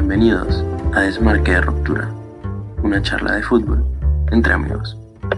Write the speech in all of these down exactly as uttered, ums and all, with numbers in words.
Bienvenidos a Desmarque de Ruptura, una charla de fútbol entre amigos.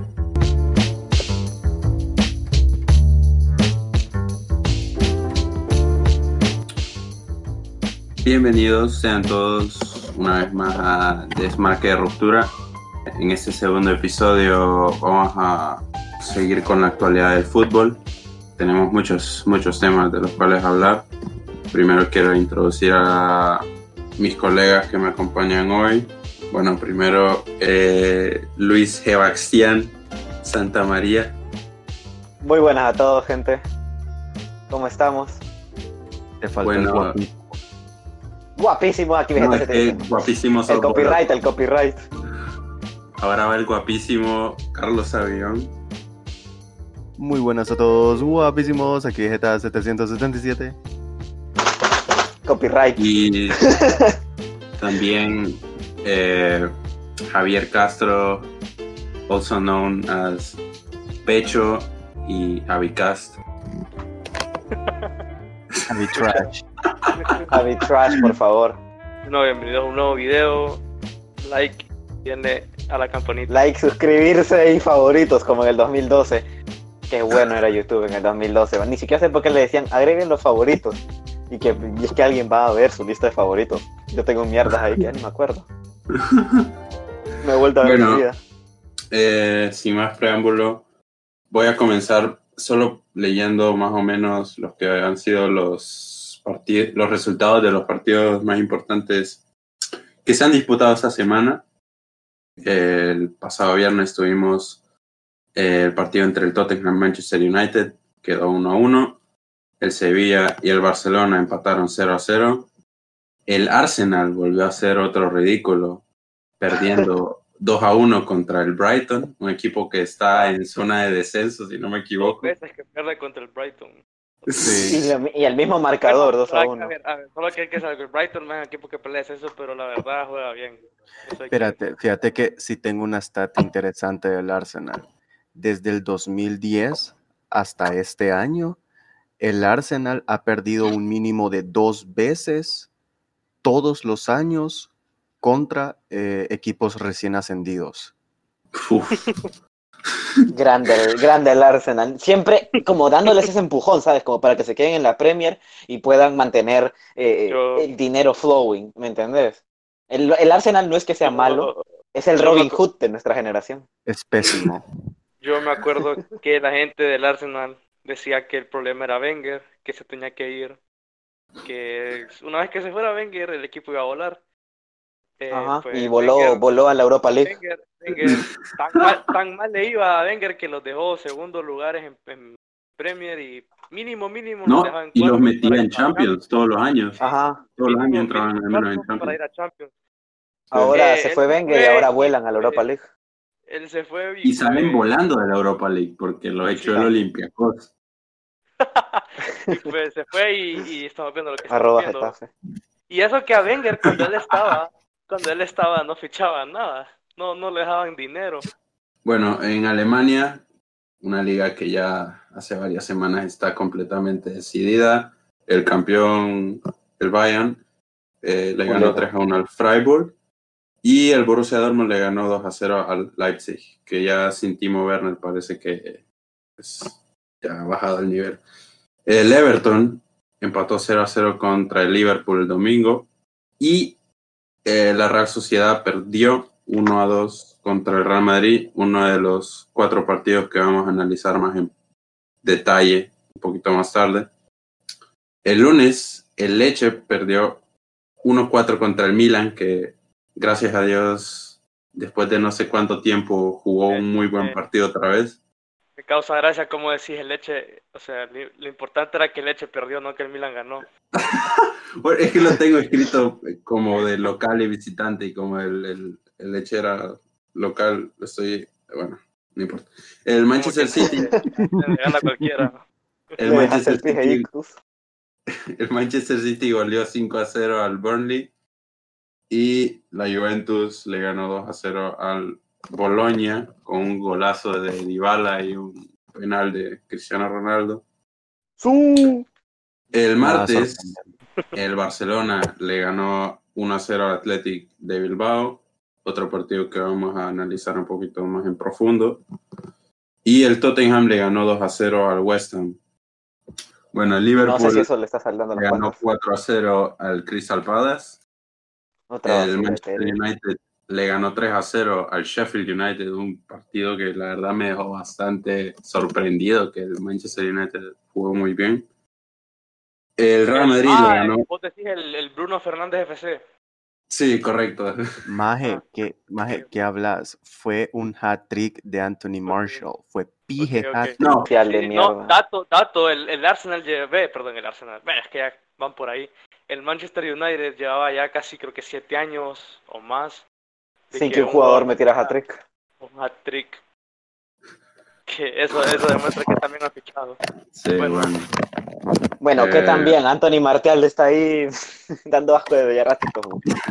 Bienvenidos sean todos una vez más a Desmarque de Ruptura. En este segundo episodio vamos a seguir con la actualidad del fútbol. Tenemos muchos, muchos temas de los cuales hablar. Primero quiero introducir a mis colegas que me acompañan hoy. Bueno, primero eh, Luis Sebastián Santamaría. Muy buenas a todos, gente. ¿Cómo estamos? Te falta Bueno, el guapi. Guapísimo, aquí no, Vegeta es que guapísimo El sos vos. copyright, el copyright. Ahora va el guapísimo Carlos Avión. Muy buenas a todos, guapísimos. Aquí Vegeta setecientos setenta y siete. Copyright. Y también eh, Javier Castro, also known as Pecho y Avicast. Javi Trash. Javi Trash, por favor. No, bienvenidos a un nuevo video. Like, denle a la campanita. Like, suscribirse y favoritos, como en el dos mil doce. Qué bueno era YouTube en el dos mil doce. Ni siquiera sé por qué le decían, agreguen los favoritos. Y que y es que alguien va a ver su lista de favoritos. Yo tengo mierdas ahí que ya ni me acuerdo. Me he vuelto a ver Bueno, mi vida. Eh, sin más preámbulo, voy a comenzar solo leyendo más o menos los que han sido los partid- los resultados de los partidos más importantes que se han disputado esta semana. El pasado viernes tuvimos eh, el partido entre el Tottenham y Manchester United, quedó uno a uno. El Sevilla y el Barcelona empataron cero a cero. El Arsenal volvió a hacer otro ridículo, perdiendo dos a uno contra el Brighton, un equipo que está en zona de descenso, si no me Dos equivoco. veces que pierde contra el Brighton. Sí. Y, lo- y el mismo marcador, dos a Bueno, uno. A ver, a ver, solo que hay que saber que el Brighton no es un equipo que pelea eso, pero la verdad juega bien. Eso hay que- Espérate, fíjate que sí tengo una stat interesante del Arsenal. Desde el dos mil diez hasta este año, el Arsenal ha perdido un mínimo de dos veces todos los años contra eh, equipos recién ascendidos. Uf. Grande, el- grande el Arsenal. Siempre como dándoles ese empujón, ¿sabes? Como para que se queden en la Premier y puedan mantener eh, Yo- el dinero flowing, ¿me entendés? El, el Arsenal no es que sea malo, es el yo me Robin acu- Hood de nuestra generación. Es pésimo. Yo me acuerdo que la gente del Arsenal decía que el problema era Wenger, que se tenía que ir, que una vez que se fuera Wenger el equipo iba a volar. Eh, Ajá, pues, y voló, Wenger- voló a la Europa League. Wenger, Wenger, tan, mal, tan mal le iba a Wenger que los dejó segundos lugares en, en Premier y mínimo, mínimo los No, dejaba en y los cuartos metía para en ir a Champions todos los años. Ajá, Todos los Mínimo- años entraban mínimo al menos en cuartos para ir Champions. a Champions. ahora Eh, se él fue se Wenger y fue ahora y vuelan a la fue- Europa League. Él se fue y, Y salen fue- volando de la Europa League, porque lo echó el Sí. Olympiacos. y fue- se fue y, y estamos viendo lo que estamos Arroba viendo. Getafe. Y eso que a Wenger cuando él estaba, cuando él estaba no fichaba nada, no, no le dejaban dinero. Bueno, en Alemania, una liga que ya hace varias semanas está completamente decidida. El campeón, el Bayern, eh, le ganó Culero. tres a uno al Freiburg. Y el Borussia Dortmund le ganó dos a cero al Leipzig, que ya sin Timo Werner parece que pues, ya ha bajado el nivel. El Everton empató cero a cero contra el Liverpool el domingo. Y eh, la Real Sociedad perdió uno a dos contra el Real Madrid, uno de los cuatro partidos que vamos a analizar más en detalle un poquito más tarde. El lunes, el Lecce perdió uno a cuatro contra el Milan, que gracias a Dios, después de no sé cuánto tiempo, jugó un muy buen partido otra vez. Me causa gracia como decís el Leche, o sea, lo, lo importante era que el Leche perdió, no que el Milan ganó. Bueno, es que lo tengo escrito como de local y visitante, y como el, el, el Lecce era local, estoy, bueno, no importa. El Manchester Como que City, le gana cualquiera. el Le Manchester dejaste el pije ahí, City, Cruz. el Manchester City goleó cinco a cero al Burnley y la Juventus le ganó dos a cero al Bologna con un golazo de Dybala y un penal de Cristiano Ronaldo. ¡Su! El Nada martes, sorprendente. el Barcelona le ganó uno a cero al Athletic de Bilbao, otro partido que vamos a analizar un poquito más en profundo. Y el Tottenham le ganó dos a cero al West Ham. Bueno, el Liverpool No sé si eso le está saldando le las ganó cuentas. cuatro a cero al Crystal Palace. Otra El basura de Manchester tele. United le ganó tres a cero al Sheffield United, un partido que la verdad me dejó bastante sorprendido, que el Manchester United jugó muy bien. El Real Madrid ah, le ganó... vos decís el, el Bruno Fernández F C. Sí, correcto. Maje, Ah, ¿qué, Maje, ok. ¿qué hablas? Fue un hat-trick de Anthony Marshall. Fue pije Ok, ok. hat-trick. No, Fial de Sí, no, mierda. dato, dato, el, el Arsenal llevé, perdón, el Arsenal, bueno, es que ya van por ahí. El Manchester United llevaba ya casi creo que siete años o más de Sin que un un jugador jugador metiera hat-trick. un hat-trick. Que eso, eso demuestra que también ha fichado. sí, Bueno, bueno. Bueno, que Eh, también Anthony Martial está ahí dando asco de ver ratitos.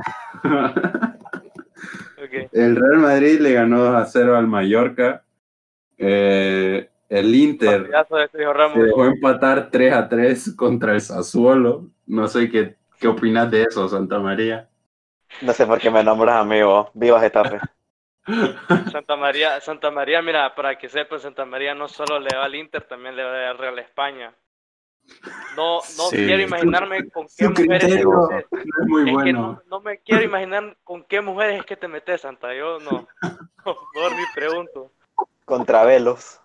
ok. El Real Madrid le ganó dos a cero al Mallorca. Eh, el Inter Partidazo de Sergio se Ramos. dejó empatar tres a tres contra el Sassuolo. No sé qué, qué opinas de eso, Santa María. No sé por qué me nombras amigo. Viva Getafe. Santa María, Santa María, mira, para que sepan, Santa María no solo le va al Inter, también le va al Real España. No, no Sí. quiero imaginarme con qué Su mujeres te criterio metes. no es muy Es que bueno. no, no me quiero imaginar con qué mujeres es que te metes, Santa. Yo no, no, mejor ni pregunto. Contra Velos.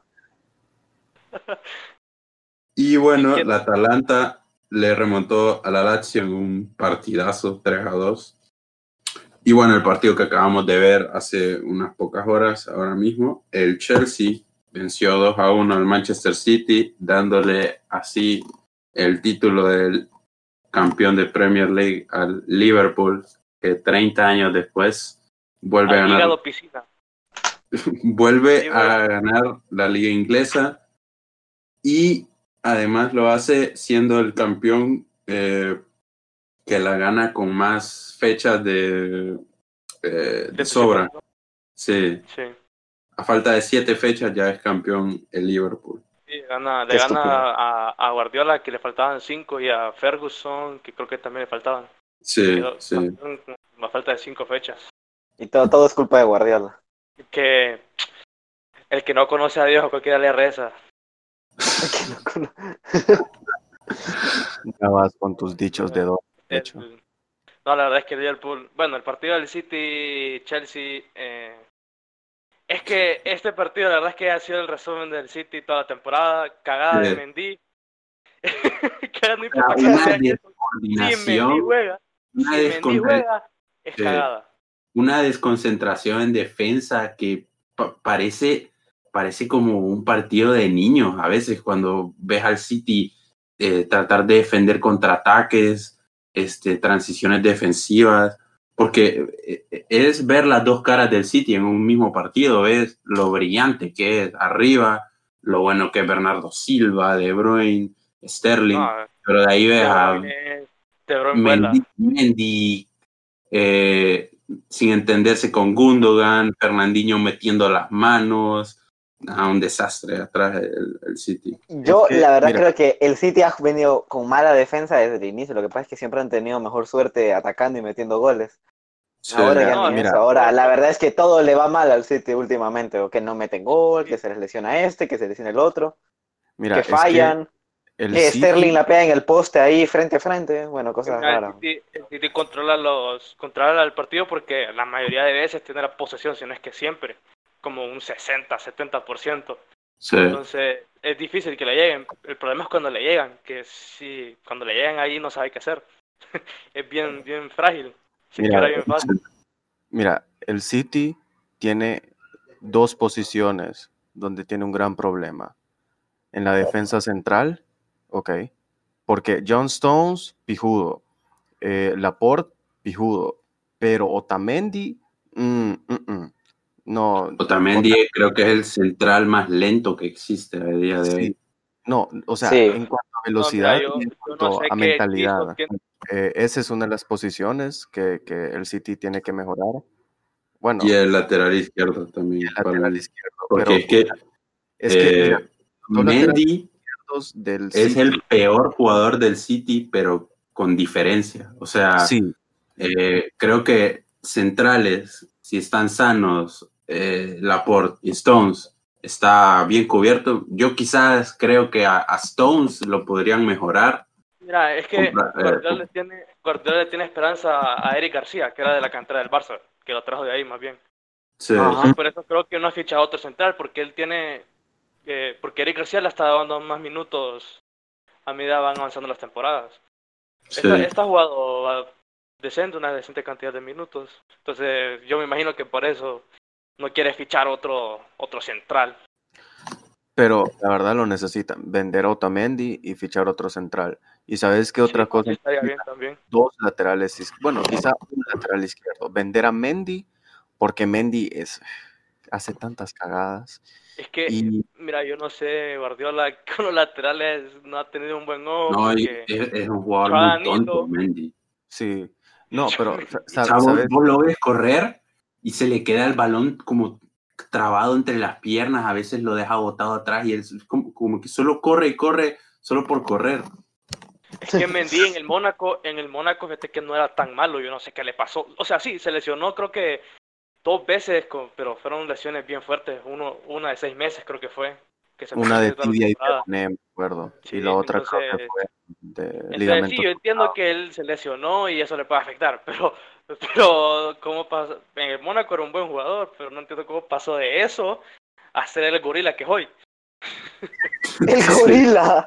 Y bueno, ¿Y quién- la Atalanta le remontó a la Lazio en un partidazo tres a dos. Y bueno, el partido que acabamos de ver hace unas pocas horas, ahora mismo, el Chelsea venció dos a uno al Manchester City, dándole así el título del campeón de Premier League al Liverpool, que treinta años después vuelve a al ganar, hígado piscina. vuelve Sí, a ganar la liga inglesa y además lo hace siendo el campeón eh, que la gana con más fechas de, eh, de sobra. Sí, Sí, a falta de siete fechas ya es campeón el Liverpool. sí, gana, Qué le estúpido. gana a, a Guardiola, que le faltaban cinco, y a Ferguson, que creo que también le faltaban. Sí, Quedó sí. campeón con la falta de cinco fechas. Y todo, todo es culpa de Guardiola. Que el que no conoce a Dios a cualquiera le reza. Que no cono- Ya vas con tus dichos de dos. De hecho. El- no, la verdad es que el Liverpool, bueno, el partido del City-Chelsea, eh, es que este partido, la verdad es que ha sido el resumen del City toda la temporada, cagada de Sí. Mendy. Que no importa que Una sea eso. Si Mendy descoordinación, juega, una, si Mendy descontra- juega, es Sí. cagada. una desconcentración en defensa que pa- parece, parece como un partido de niños a veces cuando ves al City eh, tratar de defender contraataques, este, transiciones defensivas, porque eh, es ver las dos caras del City en un mismo partido, ves lo brillante que es arriba, lo bueno que es Bernardo Silva, De Bruyne, Sterling, No, pero de ahí ves De a Bruyne, De Bruyne vuela. Mendy, Mendy eh, sin entenderse con Gundogan, Fernandinho metiendo las manos, a un desastre atrás el, el City. Yo, Es que, la verdad, mira. creo que el City ha venido con mala defensa desde el inicio. Lo que pasa es que siempre han tenido mejor suerte atacando y metiendo goles. Sí. Ahora ya No, ni mira. eso. Ahora, la verdad es que todo le va mal al City últimamente. O que no meten gol, que se les lesiona este, que se lesiona el otro, Mira, que es que fallan, el que Sterling City, la pega en el poste ahí frente a frente. Bueno, cosas el raras. City, el City controla los controla el partido porque la mayoría de veces tiene la posesión, si no es que siempre, como un sesenta, setenta por ciento. Sí. Entonces es difícil que le lleguen. El problema es cuando le llegan, que si cuando le llegan ahí no sabe qué hacer. Es bien, bien frágil. Se Mira, quiebra bien fácil. mira, el City tiene dos posiciones donde tiene un gran problema. En la defensa central, ok, porque John Stones, pijudo, eh, Laporte, pijudo, pero Otamendi, mm, mm, mm, no, Otamendi creo que es el central más lento que existe a día de sí, hoy. no, o sea, Sí. en cuanto a No, velocidad mira, yo, y en yo no cuanto sé a qué hechizo mentalidad, tiene. eh, esa es una de las posiciones que, que el City tiene que mejorar. Bueno, Y el lateral izquierdo también, para lateral mí. izquierdo, Porque pero es que, es que, eh, mira, los laterales Mendy izquierdos del es City, el peor jugador del City, pero con diferencia. O sea, sí, Eh, creo que centrales, si están sanos, eh, Laporte y Stones, está bien cubierto. Yo quizás creo que a, a Stones lo podrían mejorar. Mira, es que Compra- eh, Guardiola le tiene, Guardiola le tiene esperanza a Eric García, que era de la cantera del Barça, que lo trajo de ahí más bien. sí, Ajá. Por eso creo que no ha fichado otro central, porque él tiene, eh, porque Eric García le está dando más minutos a medida van avanzando las temporadas. sí. Está, está jugado a decente, una decente cantidad de minutos. Entonces yo me imagino que por eso no quiere fichar otro, otro central. Pero la verdad lo necesitan, vender a Otamendi y fichar otro central. ¿Y sabes qué otra Sí, cosa? estaría bien también. Dos laterales, iz- bueno, quizá un lateral izquierdo. Vender a Mendy, porque Mendy es, hace tantas cagadas. Es que, Y mira, yo no sé, Guardiola con los laterales no ha tenido un buen ojo No, y porque es, es un jugador Chava muy tonto, Danilo, Mendy. sí, no, pero sa- sa- Chavo, ¿sabes? vos lo ves correr y se le queda el balón como trabado entre las piernas, a veces lo deja botado atrás y él es como, como que solo corre y corre solo por correr. es que Mendy en el Mónaco, en el Mónaco, fíjate que no era tan malo, yo no sé qué le pasó. O sea, sí, se lesionó creo que dos veces, con- pero fueron lesiones bien fuertes. Uno, una de seis meses creo que fue, que se Una de perdió toda la tibia y temporada. peroné, me acuerdo. Sí, Y la otra creo que entonces, fue de entonces ligamento sí, yo entiendo que él se lesionó y eso le puede afectar, pero, pero cómo pasó, en el Mónaco era un buen jugador, pero no entiendo cómo pasó de eso a ser el gorila que es hoy. El gorila.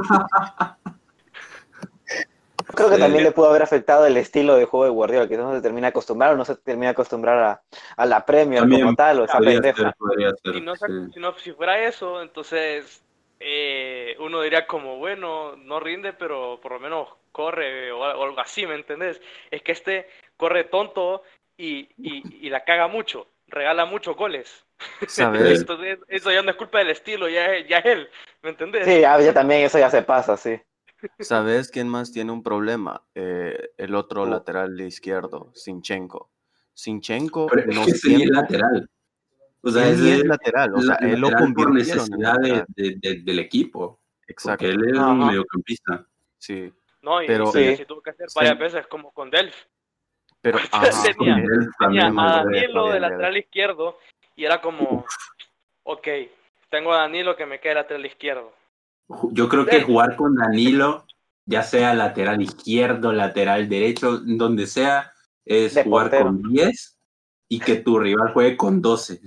Creo que Sí. también le pudo haber afectado el estilo de juego de Guardiola, que no se termina de acostumbrar o no se termina de acostumbrar a, a la Premier También como tal, o esa podría pendeja. ser, podría ser, Si no, se- sí. si no, si fuera eso, entonces eh, uno diría como, bueno, no rinde, pero por lo menos corre o, al- o algo así, ¿me entendés? Es que este corre tonto y, y, y la caga mucho, regala muchos goles. ¿Sabes? Entonces eso ya no es culpa del estilo, ya es, ya es él, ¿me entendés? Sí, ya, ya también eso ya se pasa, sí. ¿Sabes quién más tiene un problema? Eh, el otro Oh. lateral izquierdo, Sinchenko. Sinchenko Pero es no que ese ni es siempre, lateral. O sea, él ni ese es lateral, o sea, la- él lo lateral por convirtieron en necesidad de, lateral. de- de- del equipo. Exacto, Porque él es Ajá. un mediocampista. sí. No, y, Pero, y Sí. se tuvo que hacer varias Sí. veces como con Delf. pero Tenía- ajá, Con eh, él Tenía también a no puede Danilo estar de bien, lateral izquierdo y era como, ok, tengo a Danilo que me queda lateral izquierdo. Yo creo que Delf. jugar con Danilo, ya sea lateral izquierdo, lateral derecho, donde sea, es De jugar portero. con diez y que tu rival juegue con doce.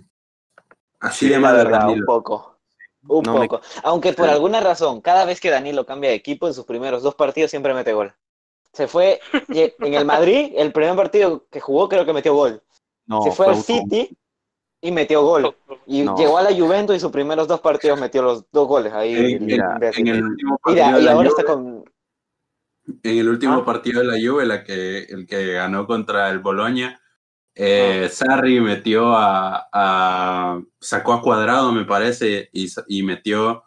Así Sí, de la malo es verdad, un Danilo. poco. Un No me- poco. Aunque por Sí. alguna razón, cada vez que Danilo cambia de equipo en sus primeros dos partidos siempre mete gol. Se fue y en el Madrid, el primer partido que jugó creo que metió gol. no, Se fue al un- City y metió gol. Y No. llegó a la Juventus y sus primeros dos partidos metió los dos goles ahí. En, el en- Mira, imbécil. en el en- último Y, de- partido de y la ahora Juve, está con... en el último ¿Ah? partido de la Juve, la que, el que ganó contra el Bologna, eh, Sarri metió a, a- sacó a Cuadrado, me parece, y, y metió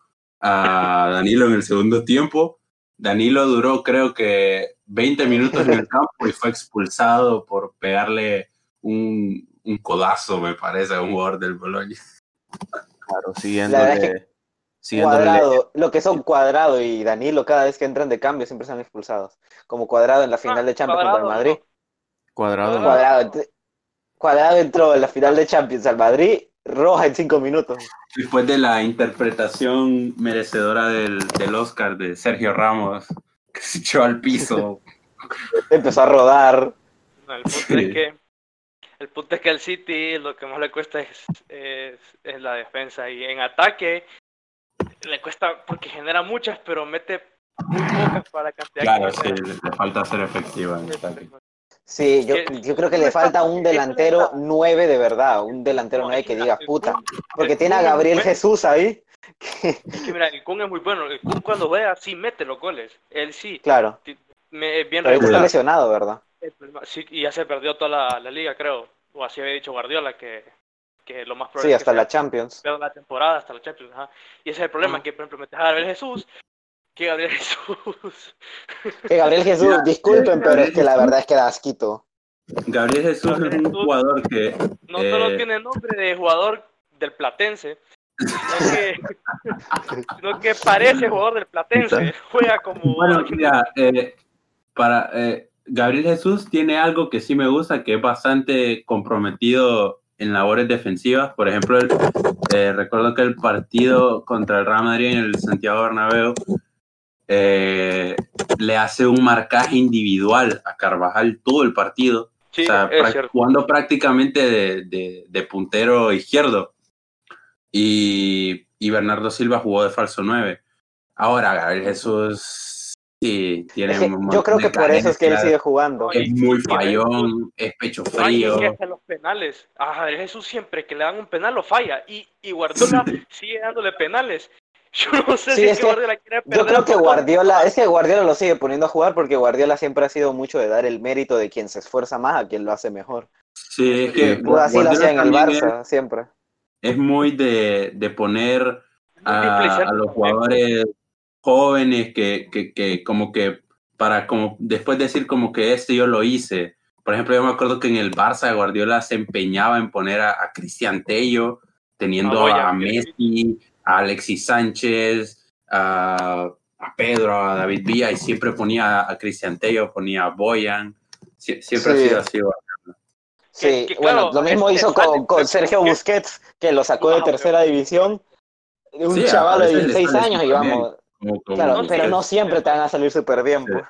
a Danilo en el segundo tiempo. Danilo duró creo que veinte minutos en el campo y fue expulsado por pegarle un, un codazo, me parece, a un jugador del Bologna. claro, La siguiéndole, verdad es que siguiéndole- Cuadrado, lo que son Cuadrado y Danilo, cada vez que entran de cambio siempre son expulsados. Como Cuadrado en la final Ah, de Champions contra el Cuadrado, Madrid. Cuadrado, no. Cuadrado, ent- Cuadrado entró en la final de Champions al Madrid, roja en cinco minutos. Después de la interpretación merecedora del, del Oscar de Sergio Ramos, que se echó al piso. Empezó a rodar. no, el punto Sí. es que el punto es que al City lo que más le cuesta es, es, es la defensa y en ataque le cuesta porque genera muchas pero mete muy pocas para la cantidad Claro, que sí, genera. le, le falta ser efectiva en el ataque. Sí, yo, Que- yo creo que le falta un delantero nueve de verdad, un delantero No, nueve es que que diga el puta. Kun- Porque el tiene a Kun es muy Gabriel bueno. Jesús ahí. Es que mira, el Kun es muy bueno. El Kun cuando juega sí mete los goles. Él sí. Claro, ti- me- es bien pero ahorita está regular. lesionado, ¿verdad? El problema- Sí, y ya se perdió toda la, la liga, creo. O así había dicho Guardiola, que, que lo más probable Sí, es que hasta sea la Champions. pierda la temporada, hasta la Champions. Ajá. Y ese es el problema, Ajá. que por ejemplo metes a Gabriel Jesús, que Gabriel Jesús. Que Gabriel Jesús, Mira, disculpen, pero Gabriel es que la Jesús- verdad es que da asquito. Gabriel Jesús Gabriel es un Jesús jugador que No solo eh, tiene nombre de jugador del Platense, sino que, sino que parece jugador del Platense. Juega como. bueno, mira, eh, para, eh, Gabriel Jesús tiene algo que sí me gusta, que es bastante comprometido en labores defensivas. Por ejemplo, el, eh, recuerdo que el partido contra el Real Madrid en el Santiago Bernabéu eh, le hace un marcaje individual a Carvajal todo el partido. Sí, O sea, es cierto. jugando prácticamente de, de, de puntero izquierdo. Y, y Bernardo Silva jugó de falso nueve. Ahora, Gabriel Jesús sí tiene Es que un yo montón creo de que por eso es que él carencias. sigue jugando. Es muy Y Gabriel Jesús, fallón, es pecho no, y es que frío. hasta los penales, a Gabriel Jesús siempre que le dan un penal lo falla, y, y Guardiola sigue dándole penales. Yo no sé Sí, si es es que que Guardiola quiere yo perder creo a que todos. Guardiola, es que Guardiola lo sigue poniendo a jugar porque Guardiola siempre ha sido mucho de dar el mérito de quien se esfuerza más a quien lo hace mejor. Sí, Eso es es que Y cierto. pues así lo hacía Guardiola en el también es, Barça, siempre. es muy de, de poner Muy a, a displicente los también. jugadores jóvenes que, que, que como que para como después decir como que este yo lo hice. Por ejemplo, yo me acuerdo que en el Barça Guardiola se empeñaba en poner a, a Cristian Tello, teniendo A a, a Boyan, Messi, a Alexis Sánchez, a, a Pedro, a David Villa, y siempre ponía a Cristian Tello, ponía a Boyan. Sie- siempre ha Sí, sido así. que, sí. que Bueno, claro, lo a mismo veces le hizo sale, con, con pero Sergio que Busquets, que lo sacó de baja, pero tercera división, un Sí, a, a chaval de veces le dieciséis sale años y súper bien, vamos, como con claro, no, sí, pero no Busquets. siempre te van a salir súper bien, Sí, pues.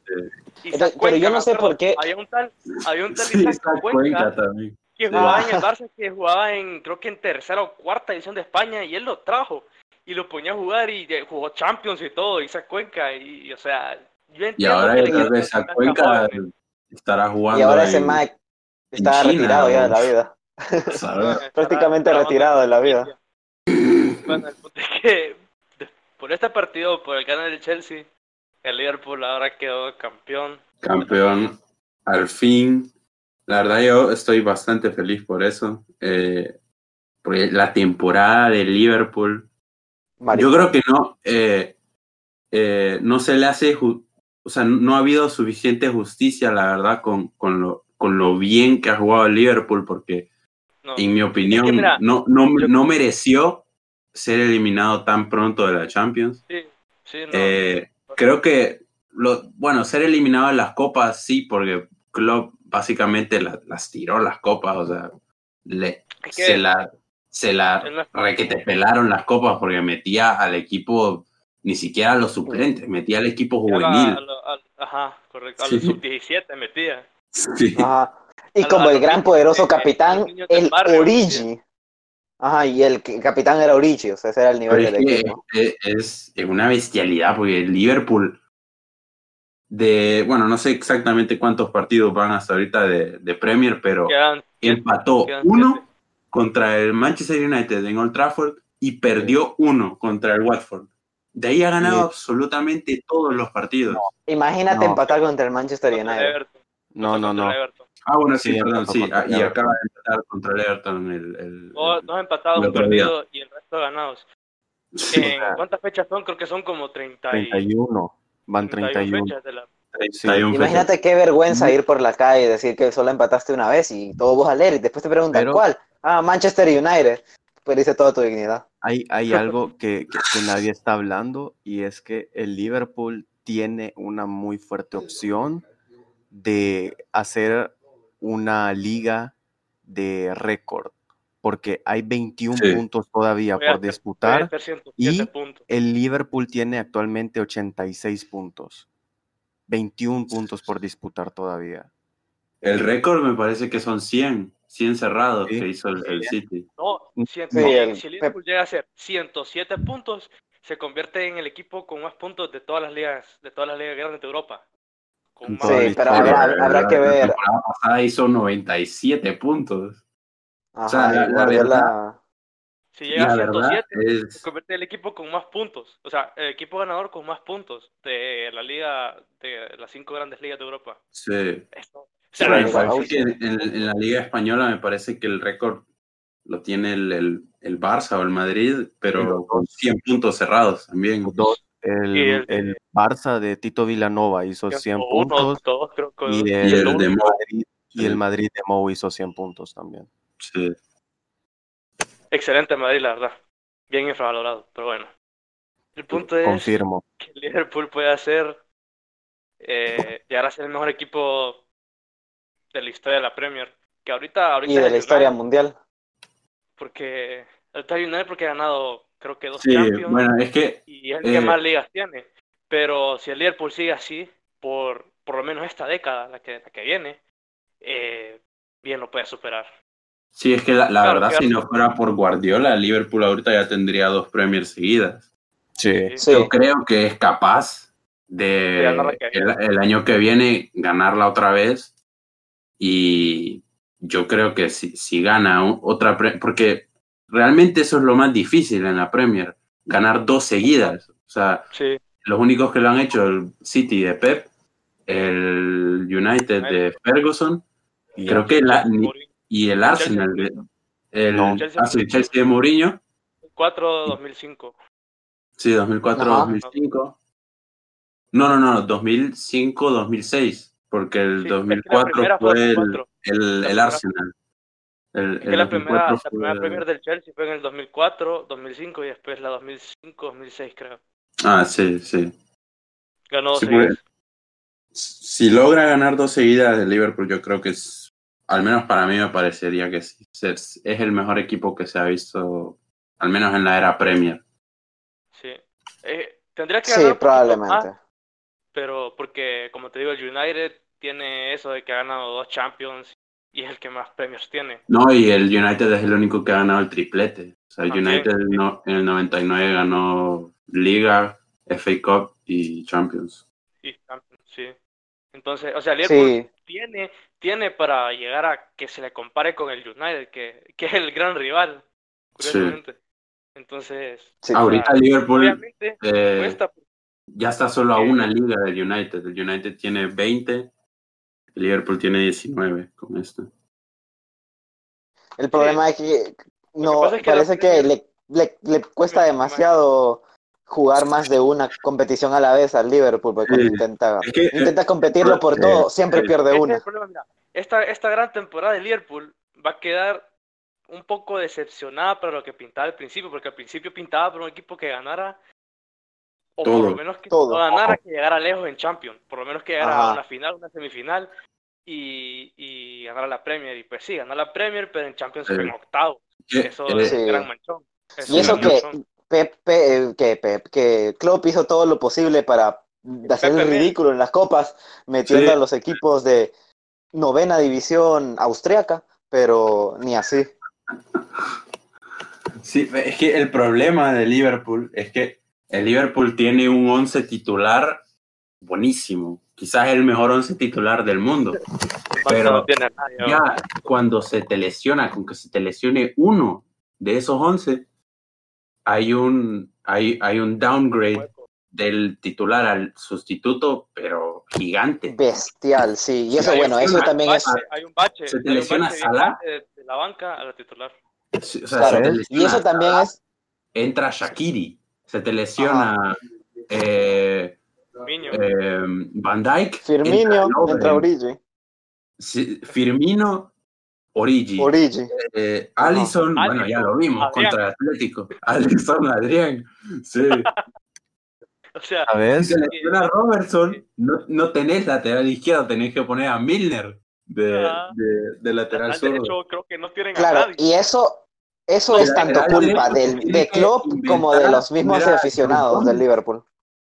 sí. Isaac Entonces, pero yo Cuenca, me no sé por acuerdo, qué. había un tal, había un tal Sí, Isaac está Cuenca Cuenca también. que Sí. jugaba en el Ah, Barça, que jugaba en, creo que en tercera o cuarta división de España, y él lo trajo, y lo ponía a jugar, y eh, jugó Champions y todo, Isaac Cuenca, y, y, o sea, yo Y entiendo ahora que yo le creo quieran que dar esa confianza a Cuenca jóvenes. estará y jugando ahora ese en, Mike en está China retirado ya de o la vida. a saber. Eh, estará Prácticamente trabajando retirado con de su la familia. vida. Bueno, el punto es que de- por este partido, por el canal del Chelsea, el Liverpool ahora quedó campeón de la liga. Campeón, al fin. La verdad yo estoy bastante feliz por eso. Eh, porque la temporada de Liverpool, yo creo Maricón. que no, eh, eh, no se le hace, ju- o sea, no ha habido suficiente justicia, la verdad, con, con lo, con lo bien que ha jugado el Liverpool, porque No, en mi es que opinión, mira, no, no, yo no mereció ser eliminado tan pronto de la Champions. sí, sí, no. Eh, creo que, lo, bueno, ser eliminado de las copas, sí, porque Klopp básicamente la- las tiró las copas, o sea, le, Es se que la, se la él no está. requete pelaron las copas porque metía al equipo, ni siquiera a los Mm. suplentes, metía al equipo Ya la, a juvenil. lo- al- ajá, correcto, a los Sí, sub diecisiete metía. sí. Ajá. Y A, lo- a como el los gran niños, poderoso eh, a los capitán, niños del el barrio metía. Origi. Ajá, y el que- capitán era Origi, o sea, ese era el Pero nivel es del que equipo. es, es, es una bestialidad porque el Liverpool de, bueno, no sé exactamente cuántos partidos van hasta ahorita de, de Premier, pero Quedan siete, empató quedan siete. uno contra el Manchester United en Old Trafford y perdió uno contra el Watford. De ahí ha ganado Y absolutamente todos los partidos. Imagínate no, empatar contra el Manchester Contra el United. Everton. no, Contra, no, contra el no. Everton. Ah, bueno, sí, Sí, perdón, empató sí. contra Ah, el y acaba Everton. de empatar contra el Everton el, el, Dos, el, dos empatados, el un otro día. perdido y el resto ganados. Sí, ¿En cuántas fechas son? Creo que son como treinta y treinta y uno. Van treinta y uno treinta y uno. fechas de la... treinta y Sí. una fechas. Imagínate qué vergüenza Y- ir por la calle y decir que solo empataste una vez y todo vos a leer y después te preguntan Pero ¿cuál? Ah, Manchester United. Perdiste toda tu dignidad. hay, hay algo que, que, que nadie está hablando y es que el Liverpool tiene una muy fuerte opción de hacer una liga de récord, porque hay veintiún Sí. puntos todavía Voy a por hacer, voy a disputar hacer ciento siete y puntos. el Liverpool tiene actualmente ochenta y seis puntos, veintiún puntos por disputar todavía. El récord me parece que son cien, cien cerrados Sí. que hizo el, el City. No, cien- Sí, si, el si el Pep. Liverpool llega a hacer ciento siete puntos, se convierte en el equipo con más puntos de todas las ligas, de todas las ligas grandes de Europa. Con En más toda la Sí, pero puntos. Pero historia. habrá, habrá la, que la ver. temporada pasada hizo noventa y siete puntos. O sea, Ajá, y la, la verdad, Guardiola. Si llega a la verdad ciento siete, se es... convierte en el equipo con más puntos. O sea, el equipo ganador con más puntos de la liga, de las cinco grandes ligas de Europa. Sí. Esto, o Sí, sea, Bueno, la me Liga parece que Bauchi. en, en la Liga Española me parece que el récord lo tiene el, el, el Barça o el Madrid, pero con cien puntos cerrados también. Los dos, y el, el el de Barça de Tito Villanova hizo cien ciento uno, puntos dos, creo que y Y el, ciento el de uno. Mo, Madrid, y el Madrid de Mou hizo cien puntos también. sí. Excelente Madrid, la verdad. Bien infravalorado, pero bueno. El punto es Confirmo. que el Liverpool puede hacer eh, llegar a ser el mejor equipo de la historia de la Premier. Que ahorita, ahorita Y de es la el historia United, mundial. porque ahorita es el United porque ha ganado, creo que dos Sí, Champions bueno, es que y es el que eh, más ligas tiene. Pero si el Liverpool sigue así, por, por lo menos esta década, la que, la que viene, eh, bien lo puede superar. sí, es que la, la Claro, verdad, que si no fuera por Guardiola, Liverpool ahorita ya tendría dos Premier seguidas. Sí. sí, Sí. Yo creo que es capaz de ganar la de que el, viene. el año que viene ganarla otra vez. Y yo creo que si, si gana un- otra, pre- porque realmente eso es lo más difícil en la Premier, ganar dos seguidas. O sea, Sí, los únicos que lo han hecho, el City de Pep, el United de Ferguson, Y creo ya. que la, Chelsea, Mourinho. y el Chelsea Arsenal, de, Mourinho. el, No. Chelsea ah, sí, Mourinho. Chelsea de Mourinho, cuatro dos mil cinco. sí, Ajá. dos mil cuatro dos mil cinco. No, no, no, dos mil cinco dos mil seis, porque el Sí, es que la dos mil cuatro primera fue fue el, dos mil cuatro. el, La el primera, Arsenal. El, es que el la primera, dos mil cuatro la fue... primera Premier del Chelsea fue en el dos mil cuatro, dos mil cinco y después la dos mil cinco, dos mil seis creo. Ah, sí, sí. Ganó dos Sí, porque seguidas. si logra ganar dos seguidas de Liverpool, yo creo que es, al menos para mí me parecería que sí, es, es el mejor equipo que se ha visto, al menos en la era Premier. Sí. Eh, tendría que Sí, ganar un poquito más, probablemente. pero porque, como te digo, el United tiene eso de que ha ganado dos Champions y es el que más premios tiene. No, y el United es el único que ha ganado el triplete. O sea, el También, United sí, no, en el noventa y nueve ganó Liga, F A Cup y Champions. sí, Champions, sí. Entonces, o sea, Liverpool Sí, tiene, tiene para llegar a que se le compare con el United, que, que es el gran rival, Sí. curiosamente. Entonces, sí. o Ahorita sea, Liverpool obviamente eh, cuesta ya está solo a porque una liga del United. El United tiene veinte, el Liverpool tiene diecinueve con esto. El sí, problema es que lo que no, pasa es que la parece que Premier le, le, le cuesta me- me- demasiado jugar más de una competición a la vez al Liverpool, porque cuando Sí. intenta, Es que, intenta eh, competirlo por Sí. todo, siempre sí. pierde ese es una. el problema, mira, esta, esta gran temporada de Liverpool va a quedar un poco decepcionada para lo que pintaba al principio, porque al principio pintaba por un equipo que ganara, o por lo Todo. menos que no Todo. ganara, que llegara lejos en Champions, por lo menos que llegara a Ajá. una final, una semifinal, y, y ganara la Premier, y pues sí, ganó la Premier, pero en Champions se Sí. fue en octavos, Que, eso eh, es un Sí. gran manchón, eso Y es un eso gran que manchón. Pep, Pe- que, Pep, que Klopp hizo todo lo posible para hacer el Pepe Mel, ridículo en las copas, metiendo sí, a los equipos de novena división austriaca, pero ni así. sí, es que el problema de Liverpool es que el Liverpool tiene un once titular buenísimo. Quizás el mejor once titular del mundo. Barça Pero no tiene a nadie, ¿no? ya cuando se te lesiona, con que se te lesione uno de esos once, hay un, hay, hay un downgrade del titular al sustituto, pero gigante. Bestial, sí. Y Se eso, te bueno, eso lesiona, también es, Bache, hay un bache, se te hay un lesiona bache bien Salah, grande de, de la banca a la titular. sí, o sea, claro. se te ¿Sabes? lesiona Y eso también Salah, es, entra Shaqiri, se te lesiona eh, Miño, eh, Van Dijk, Firmino, entra entra Lovren, Origi, sí, Firmino, Origi, Origi. eh, Ajá. Alisson, bueno, ya Alisson, lo vimos Adrián. contra el Atlético, Alisson, Adrián, sí. O sea, Si ¿Sabes? te lesiona Robertson, no, no tenés lateral izquierdo, tenés que poner a Milner de, ah, de, de lateral lateral zurdo. derecho creo que no tienen a Claro, nadie. y eso, eso El es tanto lateral culpa derecho del, tiene de que Klopp como de inventar los mismos poner a aficionados John del Stones. Liverpool.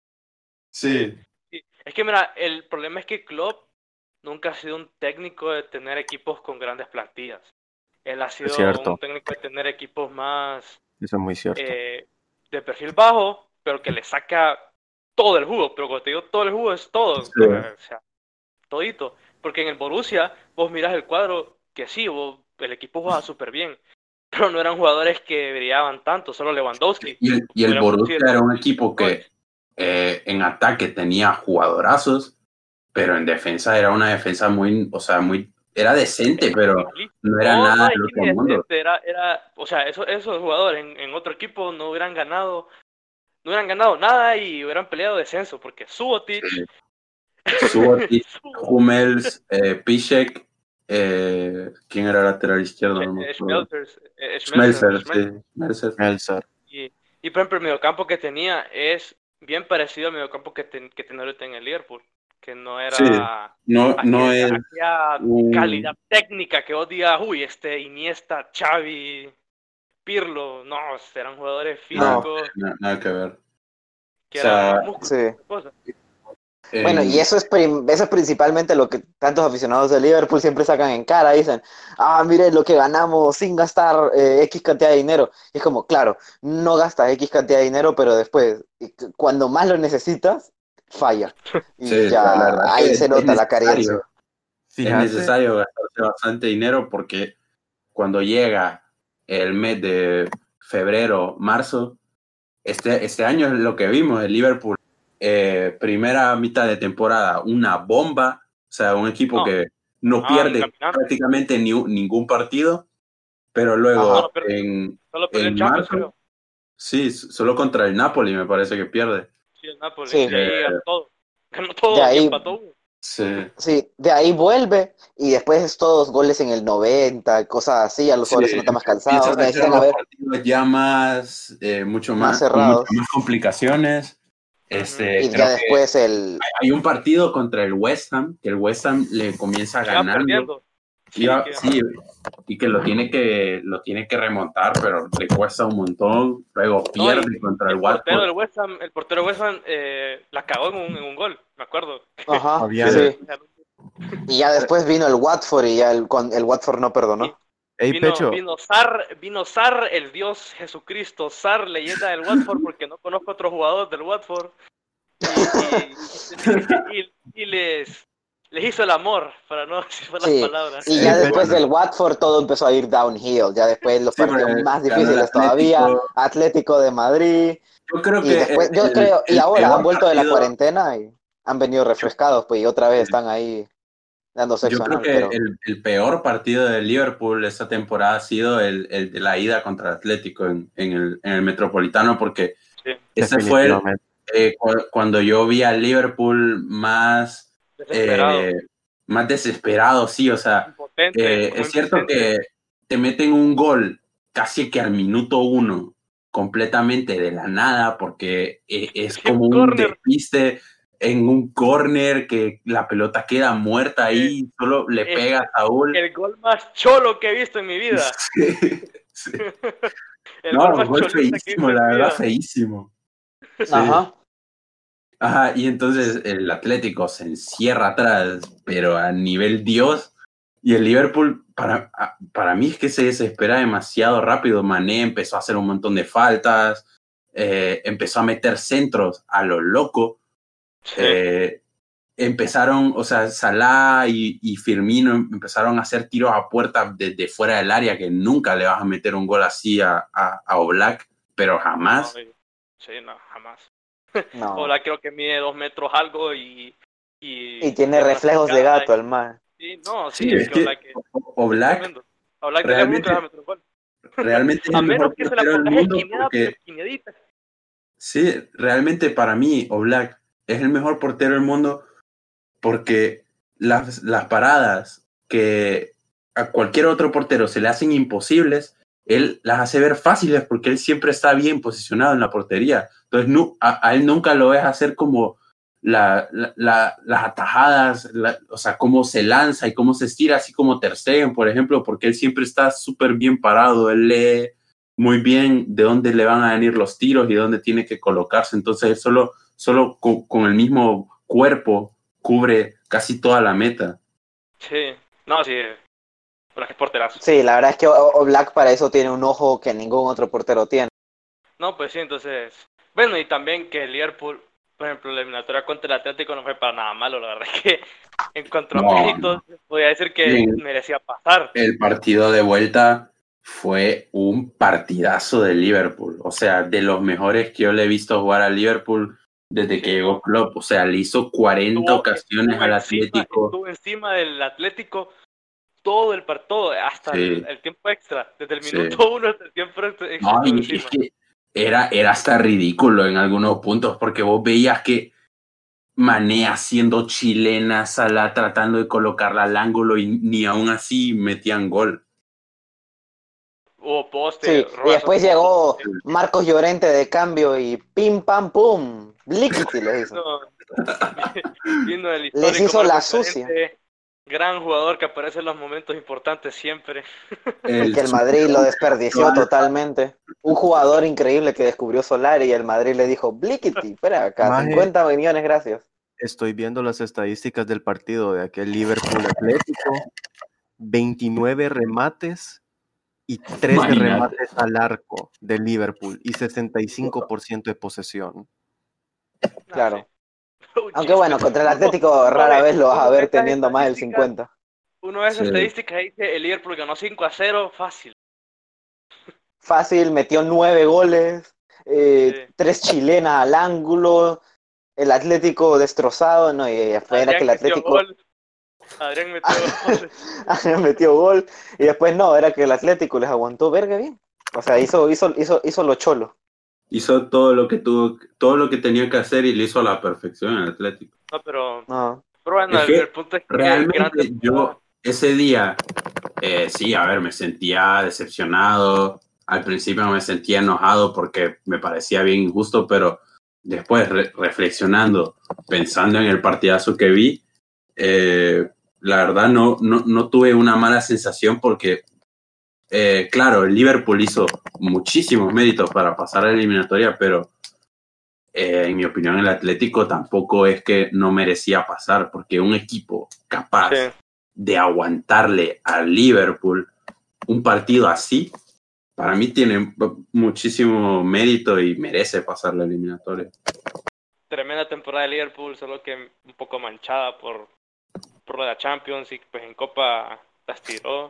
Sí, Sí, es que mira, el problema es que Klopp nunca ha sido un técnico de tener equipos con grandes plantillas. Él ha sido cierto. un técnico de tener equipos más Eso es muy cierto. eh, de perfil bajo, pero que le saca todo el jugo. Pero cuando te digo todo el jugo es todo, Sí. o sea, todito. Porque en el Borussia vos mirás el cuadro que sí, vos, el equipo jugaba súper bien, pero no eran jugadores que brillaban tanto, solo Lewandowski. y el, y el Podríamos Borussia decir, era un equipo que Royce. eh, en ataque tenía jugadorazos, pero en defensa era una defensa muy, o sea, muy, era decente, pero Malísimo. no era No, nada no, del y otro que ni mundo. decente, era, era, o sea, esos, esos jugadores en, en otro equipo no hubieran ganado, no hubieran ganado nada y hubieran peleado descenso, porque Subotic, Sí. Subotic, Subotic, Hummels, eh, Piszczek, eh, ¿quién era lateral izquierdo? No me eh, acuerdo. Schmelzer, eh, Schmelzer, Schmelzer, Schmelzer. sí. Schmelzer. Elsa. Y, y por ejemplo, el mediocampo que tenía es bien parecido al mediocampo que, ten, que tiene ahorita en el Liverpool, que no era Sí, no, no aquella, es aquella un... calidad técnica que vos digas, uy, este Iniesta, Xavi, Pirlo, no, eran jugadores Nada, físicos nada, nada que ver. O que eran sea, más músculos Sí. que cosas. Bueno, y en, eso es, prim- eso es principalmente lo que tantos aficionados de Liverpool siempre sacan en cara. Dicen, ah, mire lo que ganamos sin gastar eh, X cantidad de dinero. Y es como, claro, no gastas X cantidad de dinero, pero después, y c- cuando más lo necesitas, falla. Y sí, la, la ya verdad ahí que se es, es nota la carencia. necesario, es Fíjate, necesario gastarse bastante dinero porque cuando llega el mes de febrero, marzo, este, este año es lo que vimos, el Liverpool, eh, primera mitad de temporada, una bomba, o sea, un equipo No, que no estaban pierde caminando. prácticamente ni, un- ningún partido, pero Ajá. Solo luego perdió, en, solo perdió en en Champions, marzo, creo. sí, solo contra el Napoli me parece que pierde. Sí, el Napoli. Sí, De ahí ganó todo. Ganó de todo y ahí, empató uno. Sí, sí, de ahí vuelve y después es todos goles en el noventa, cosas así, a los sí, jugadores se notan más empieza a cansados, sacar necesitan los haber partidos ya más, eh, mucho más más, con muchas cerrados. más complicaciones. Ujú. Este, Y creo ya que después el... hay un partido contra el West Ham, que el West Ham le comienza Que iba ganando, perdiendo. Sí, iba, que sí, y que lo tiene que lo tiene que remontar, pero le cuesta un montón, luego no, y, pierde contra y el el portero Watford. del West Ham, el portero del West Ham eh, la cagó en un, en un gol, me acuerdo. Ajá, Fabián. sí. Y ya después vino el Watford y ya el, con- el Watford no Y perdonó. Hey, vino, Pecho, vino Sar, vino Sar, el dios Jesucristo, Sar, leyenda del Watford, porque no conozco otro jugador del Watford. Y, y, y, y les, les hizo el amor, para no decir malas Sí, palabras. y Sí, ya hey, después Pecho, del Watford todo empezó a ir downhill. Ya después los sí, porque partidos más ganó el difíciles todavía, Atlético. Atlético de Madrid. Yo creo Y que después, yo el, creo, y el ahora han peor vuelto de la partido, cuarentena y han venido yo, refrescados, pues y otra vez están ahí dando yo sexo creo anal, que pero... el, el peor partido de Liverpool esta temporada ha sido el, el de la ida contra el Atlético en, en, el, en el Metropolitano, porque Sí, ese fue el, definitivamente. eh, cu- cuando yo vi al Liverpool más, desesperado, eh, más desesperado, sí, o sea, impotente, eh, como es cierto impotente. que te meten un gol casi que al minuto uno, completamente de la nada, porque eh, es Sí, un como un corner, despiste en un córner que la pelota queda muerta eh, ahí, solo le es pega a Saúl. el gol más cholo que he visto en mi vida. Sí, sí. El gol No, un más gol cholista que he feísimo, visto en la mi verdad, vida. feísimo. Sí. Ajá. Ajá, y entonces el Atlético se encierra atrás, pero a nivel Dios. Y el Liverpool, para, a- para mí es que se desespera demasiado rápido. Mané empezó a hacer un montón de faltas, eh, empezó a meter centros a lo loco. Sí. Eh, empezaron, o sea, Salah y, y Firmino empezaron a hacer tiros a puerta desde fuera del área, que nunca le vas a meter un gol así a, a, a Oblak, pero No, jamás. y- sí, no, jamás. No. Hola, creo que mide dos metros algo y... Y, Y tiene tiene una reflejos de pegada. gato el man. Sí, no, Sí, sí, es es que que Oblak es, O- es Oblak tremendo. Oblak de lejos nunca realmente, le va a meter un gol. realmente es A el menos mejor que se la portero del pongas mundo esquinada, pero porque esquinadita. sí, realmente para mí Oblak es el mejor portero del mundo porque las, las paradas que a cualquier otro portero se le hacen imposibles, él las hace ver fáciles porque él siempre está bien posicionado en la portería. Entonces no, a, a él nunca lo ves hacer como la, la, la, las atajadas, la, o sea, cómo se lanza y cómo se estira, así como Ter Stegen, por ejemplo, porque él siempre está súper bien parado, él lee muy bien de dónde le van a venir los tiros y dónde tiene que colocarse. Entonces él solo, solo con, con el mismo cuerpo cubre casi toda la meta. Sí, no, sí, Oblak es porterazo. Sí, la verdad es que O- Oblak para eso tiene un ojo que ningún otro portero tiene. No, pues sí, entonces... Bueno, y también que el Liverpool, por ejemplo, la eliminatoria contra el Atlético no fue para nada malo, la verdad es que en cuanto a No, méritos, podría decir que Bien. merecía pasar. El partido de vuelta fue un partidazo de Liverpool. O sea, de los mejores que yo le he visto jugar al Liverpool desde Sí, que llegó ¿no? Klopp. O sea, le hizo cuarenta Estuvo, ocasiones estuvo al encima, Atlético. estuvo encima del Atlético todo el partido, hasta Sí, el, el tiempo extra, desde el sí. minuto uno hasta el tiempo extra No, estuvo y es encima. que era, era hasta ridículo en algunos puntos, porque vos veías que Mané haciendo chilena, Salah tratando de colocarla al ángulo y ni aún así metían gol. Hubo poste, Sí, y Robertson después tuvo llegó poste. Marcos Llorente de cambio y pim pam pum, liquiti les hizo. No, Vino el Les histórico hizo la Marcos sucia. Llorente, gran jugador que aparece en los momentos importantes siempre. Que el Madrid lo desperdició totalmente. Un jugador increíble que descubrió Solari y el Madrid le dijo, Blickety, espera acá, Maje, cincuenta millones, gracias. estoy viendo las estadísticas del partido de aquel Liverpool Atlético. veintinueve remates y trece Imagínate. remates al arco de Liverpool y sesenta y cinco por ciento de posesión. Claro. Ah, sí. Un Aunque chiste. bueno, contra el Uno- Atlético uno rara ve- vez lo vas a uno ve ver estas teniendo más del estadísticas, cincuenta. Uno de esas Sí. estadísticas dice el Liverpool ganó cinco a cero, fácil. Fácil, metió nueve goles, eh, Sí. tres chilenas al ángulo, el Atlético destrozado, no, y después era que Adrián el metió Atlético gol. Adrián metió gol. metió gol, y después no, era que el Atlético les aguantó verga bien. O sea, hizo, hizo, hizo, hizo lo cholo. Hizo todo lo que tuvo, todo lo que tenía que hacer y lo hizo a la perfección el Atlético. No, pero, No. pero bueno, Es el, que el punto es que realmente gran temporada. yo ese día, eh, sí, a ver, me sentía decepcionado. Al principio me sentía enojado porque me parecía bien injusto, pero después re- reflexionando, pensando en el partidazo que vi, eh, la verdad no, no, no tuve una mala sensación porque, eh, claro, el Liverpool hizo muchísimos méritos para pasar a la eliminatoria, pero eh, en mi opinión el Atlético tampoco es que no merecía pasar, porque un equipo capaz Sí. de aguantarle al Liverpool un partido así, para mí tiene muchísimo mérito y merece pasar la eliminatoria. Tremenda temporada de Liverpool, solo que un poco manchada por, por la Champions y pues en Copa las tiró.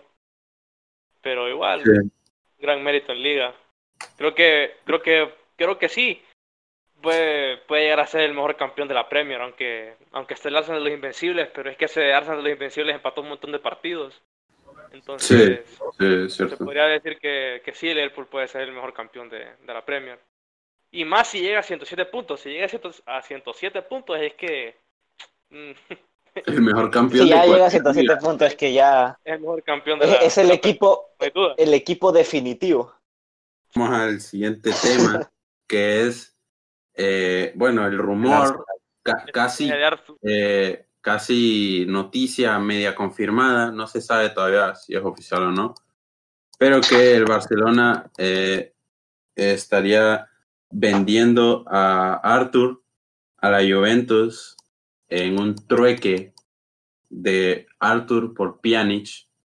Pero igual, Sí. gran mérito en Liga. Creo que, creo que, creo que sí. Puede, puede llegar a ser el mejor campeón de la Premier, aunque, aunque esté el Arsenal de los Invencibles, pero es que ese Arsenal de los Invencibles empató un montón de partidos. Entonces, Sí, sí, es se cierto. podría decir que, que sí, el Liverpool puede ser el mejor campeón de, de la Premier. Y más si llega a ciento siete puntos. Si llega a, ciento, a ciento siete puntos es que mm, El mejor campeón Si ya de llega a cualquier ciento siete liga. puntos, es que ya es el mejor campeón de es, la, es de el la equipo, Premier, no hay duda. el equipo definitivo. Vamos al siguiente tema, que es, eh, bueno, el rumor, ca- casi, El de Arthur. eh, casi noticia media confirmada, no se sabe todavía si es oficial o no, pero que el Barcelona eh, estaría vendiendo a Arthur a la Juventus en un trueque de Arthur por Pjanic.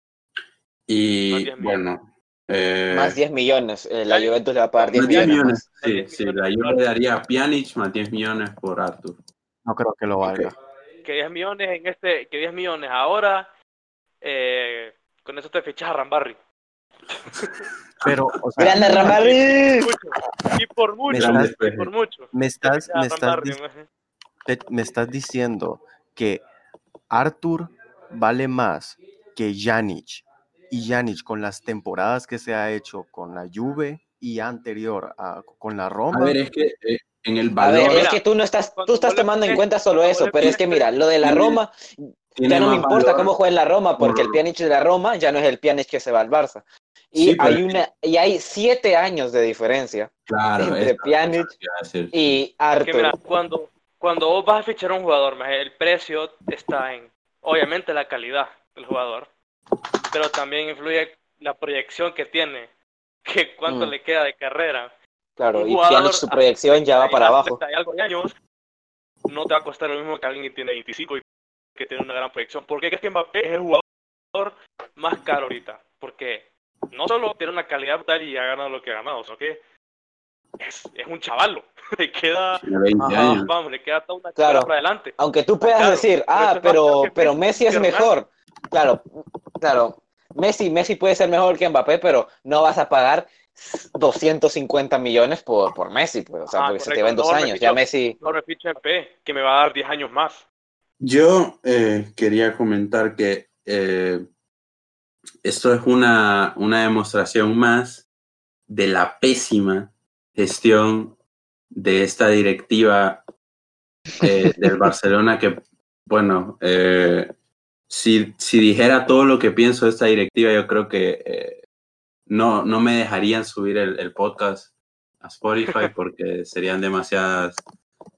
Más Y diez millones. bueno, eh, Más diez millones. eh, la Ya- Juventus le va a pagar diez más diez millones millones, más. sí, diez sí, millones la por Juve le daría a Pjanic más diez millones por Arthur. No creo que lo valga. Que diez millones en este, que diez millones ahora, eh, con eso te fichas a Rambarri. Pero, o sea, ¡Grande Rambarri! Mucho. Y por mucho, estás- y por mucho. me Te estás, fichas a me estás, Rambarri, dic- maje. te- me estás diciendo que Arthur vale más que Pjanic, y Pjanic con las temporadas que se ha hecho con la Juve y anterior a, con la A Roma. ver, es que eh, en el A ver, valor Mira, es que tú no estás, cuando tú estás vos le tomando en pones- cuenta solo cuando eso, vos le pero es que pones- mira, lo de la tiene- Roma, tiene ya no me más importa valor cómo juega en la Roma, porque el por- Pjanic de la Roma ya no es el Pjanic que se va al Barça. Y Sí, pero hay una, y hay siete años de diferencia claro, entre eso- Pjanic eso te iba a decir. y que mira, Arthur. cuando, cuando vos vas a fichar a un jugador, maje, el precio está en, obviamente, la calidad del jugador, pero también influye la proyección que tiene, que cuánto Mm. le queda de carrera. Claro, Un y jugador Pjanic su a proyección ya va treinta y- para a abajo. treinta y algo de años no te va a costar lo mismo que alguien que tiene veinticinco y que tiene una gran proyección. ¿Por qué crees que Mbappé es el jugador más caro ahorita? Porque no solo tiene una calidad brutal y ha ganado lo que ha ganado, sino que es, es un chavalo. Le queda, Tiene veinte Ajá. años. vamos, le queda toda una Claro. carrera para adelante. Aunque tú Está puedas caro. decir, Por eso ah, es más caro pero, que pero Messi Messi es y Ronaldo. mejor. Claro, claro. Messi, Messi puede ser mejor que Mbappé, pero no vas a pagar doscientos cincuenta millones por, por Messi, pues, o sea, Ah, porque se te correcto. ven dos Mejor me años. Ya ficho- Messi, No me ficho en P, que me va a dar diez años más. Yo eh, quería comentar que eh, esto es una, una demostración más de la pésima gestión de esta directiva eh, del Barcelona que, bueno, eh, si, si dijera todo lo que pienso de esta directiva, yo creo que eh, no, no me dejarían subir el, el podcast a Spotify porque serían demasiadas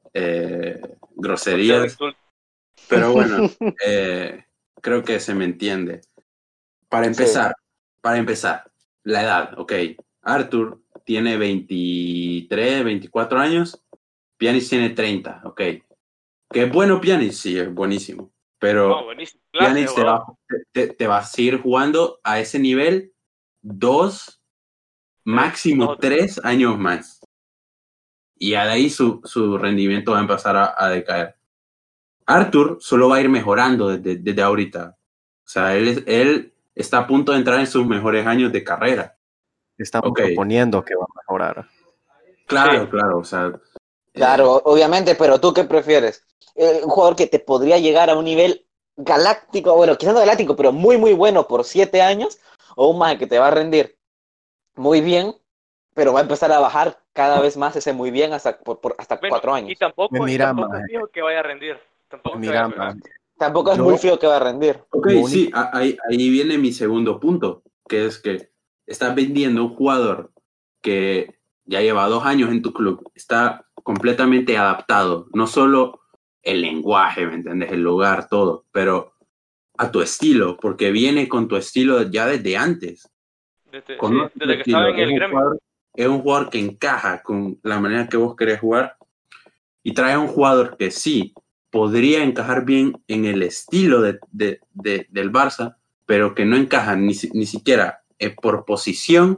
eh, groserías. Pero bueno, eh, creo que se me entiende. Para empezar, sí. para empezar, la edad, ok. Arthur tiene veintitrés, veinticuatro años, Pjanic tiene treinta, ok. ¿Que es bueno Pjanic? Sí, es buenísimo. Pero no, buenísimo. Clase, Pjanic te va, te, te va a seguir jugando a ese nivel dos, máximo no, tres años más. Y de ahí su, su rendimiento va a empezar a, a decaer. Arthur solo va a ir mejorando desde, desde ahorita. O sea, él, él está a punto de entrar en sus mejores años de carrera. Estamos okay. proponiendo que va a mejorar. Claro, sí. claro, o sea... Claro, eh... obviamente, pero ¿tú qué prefieres? Eh, un jugador que te podría llegar a un nivel galáctico, bueno, quizás no galáctico, pero muy, muy bueno por siete años, o un maje que te va a rendir muy bien, pero va a empezar a bajar cada vez más ese muy bien hasta, por, por, hasta bueno, cuatro años. Y tampoco, mira, y tampoco es fijo que vaya a rendir. Tampoco, mira, vaya a tampoco es Yo... muy fijo que va a rendir. Ok, Muy... sí, ahí, ahí viene mi segundo punto, que es que estás vendiendo un jugador que ya lleva dos años en tu club, está completamente adaptado, no solo el lenguaje, ¿me entiendes? El lugar, todo, pero a tu estilo, porque viene con tu estilo ya desde antes. Desde, sí, desde que estaba en el gremio. Jugador, es un jugador que encaja con la manera que vos querés jugar y trae un jugador que sí podría encajar bien en el estilo de, de, de, del Barça, pero que no encaja ni, ni siquiera por posición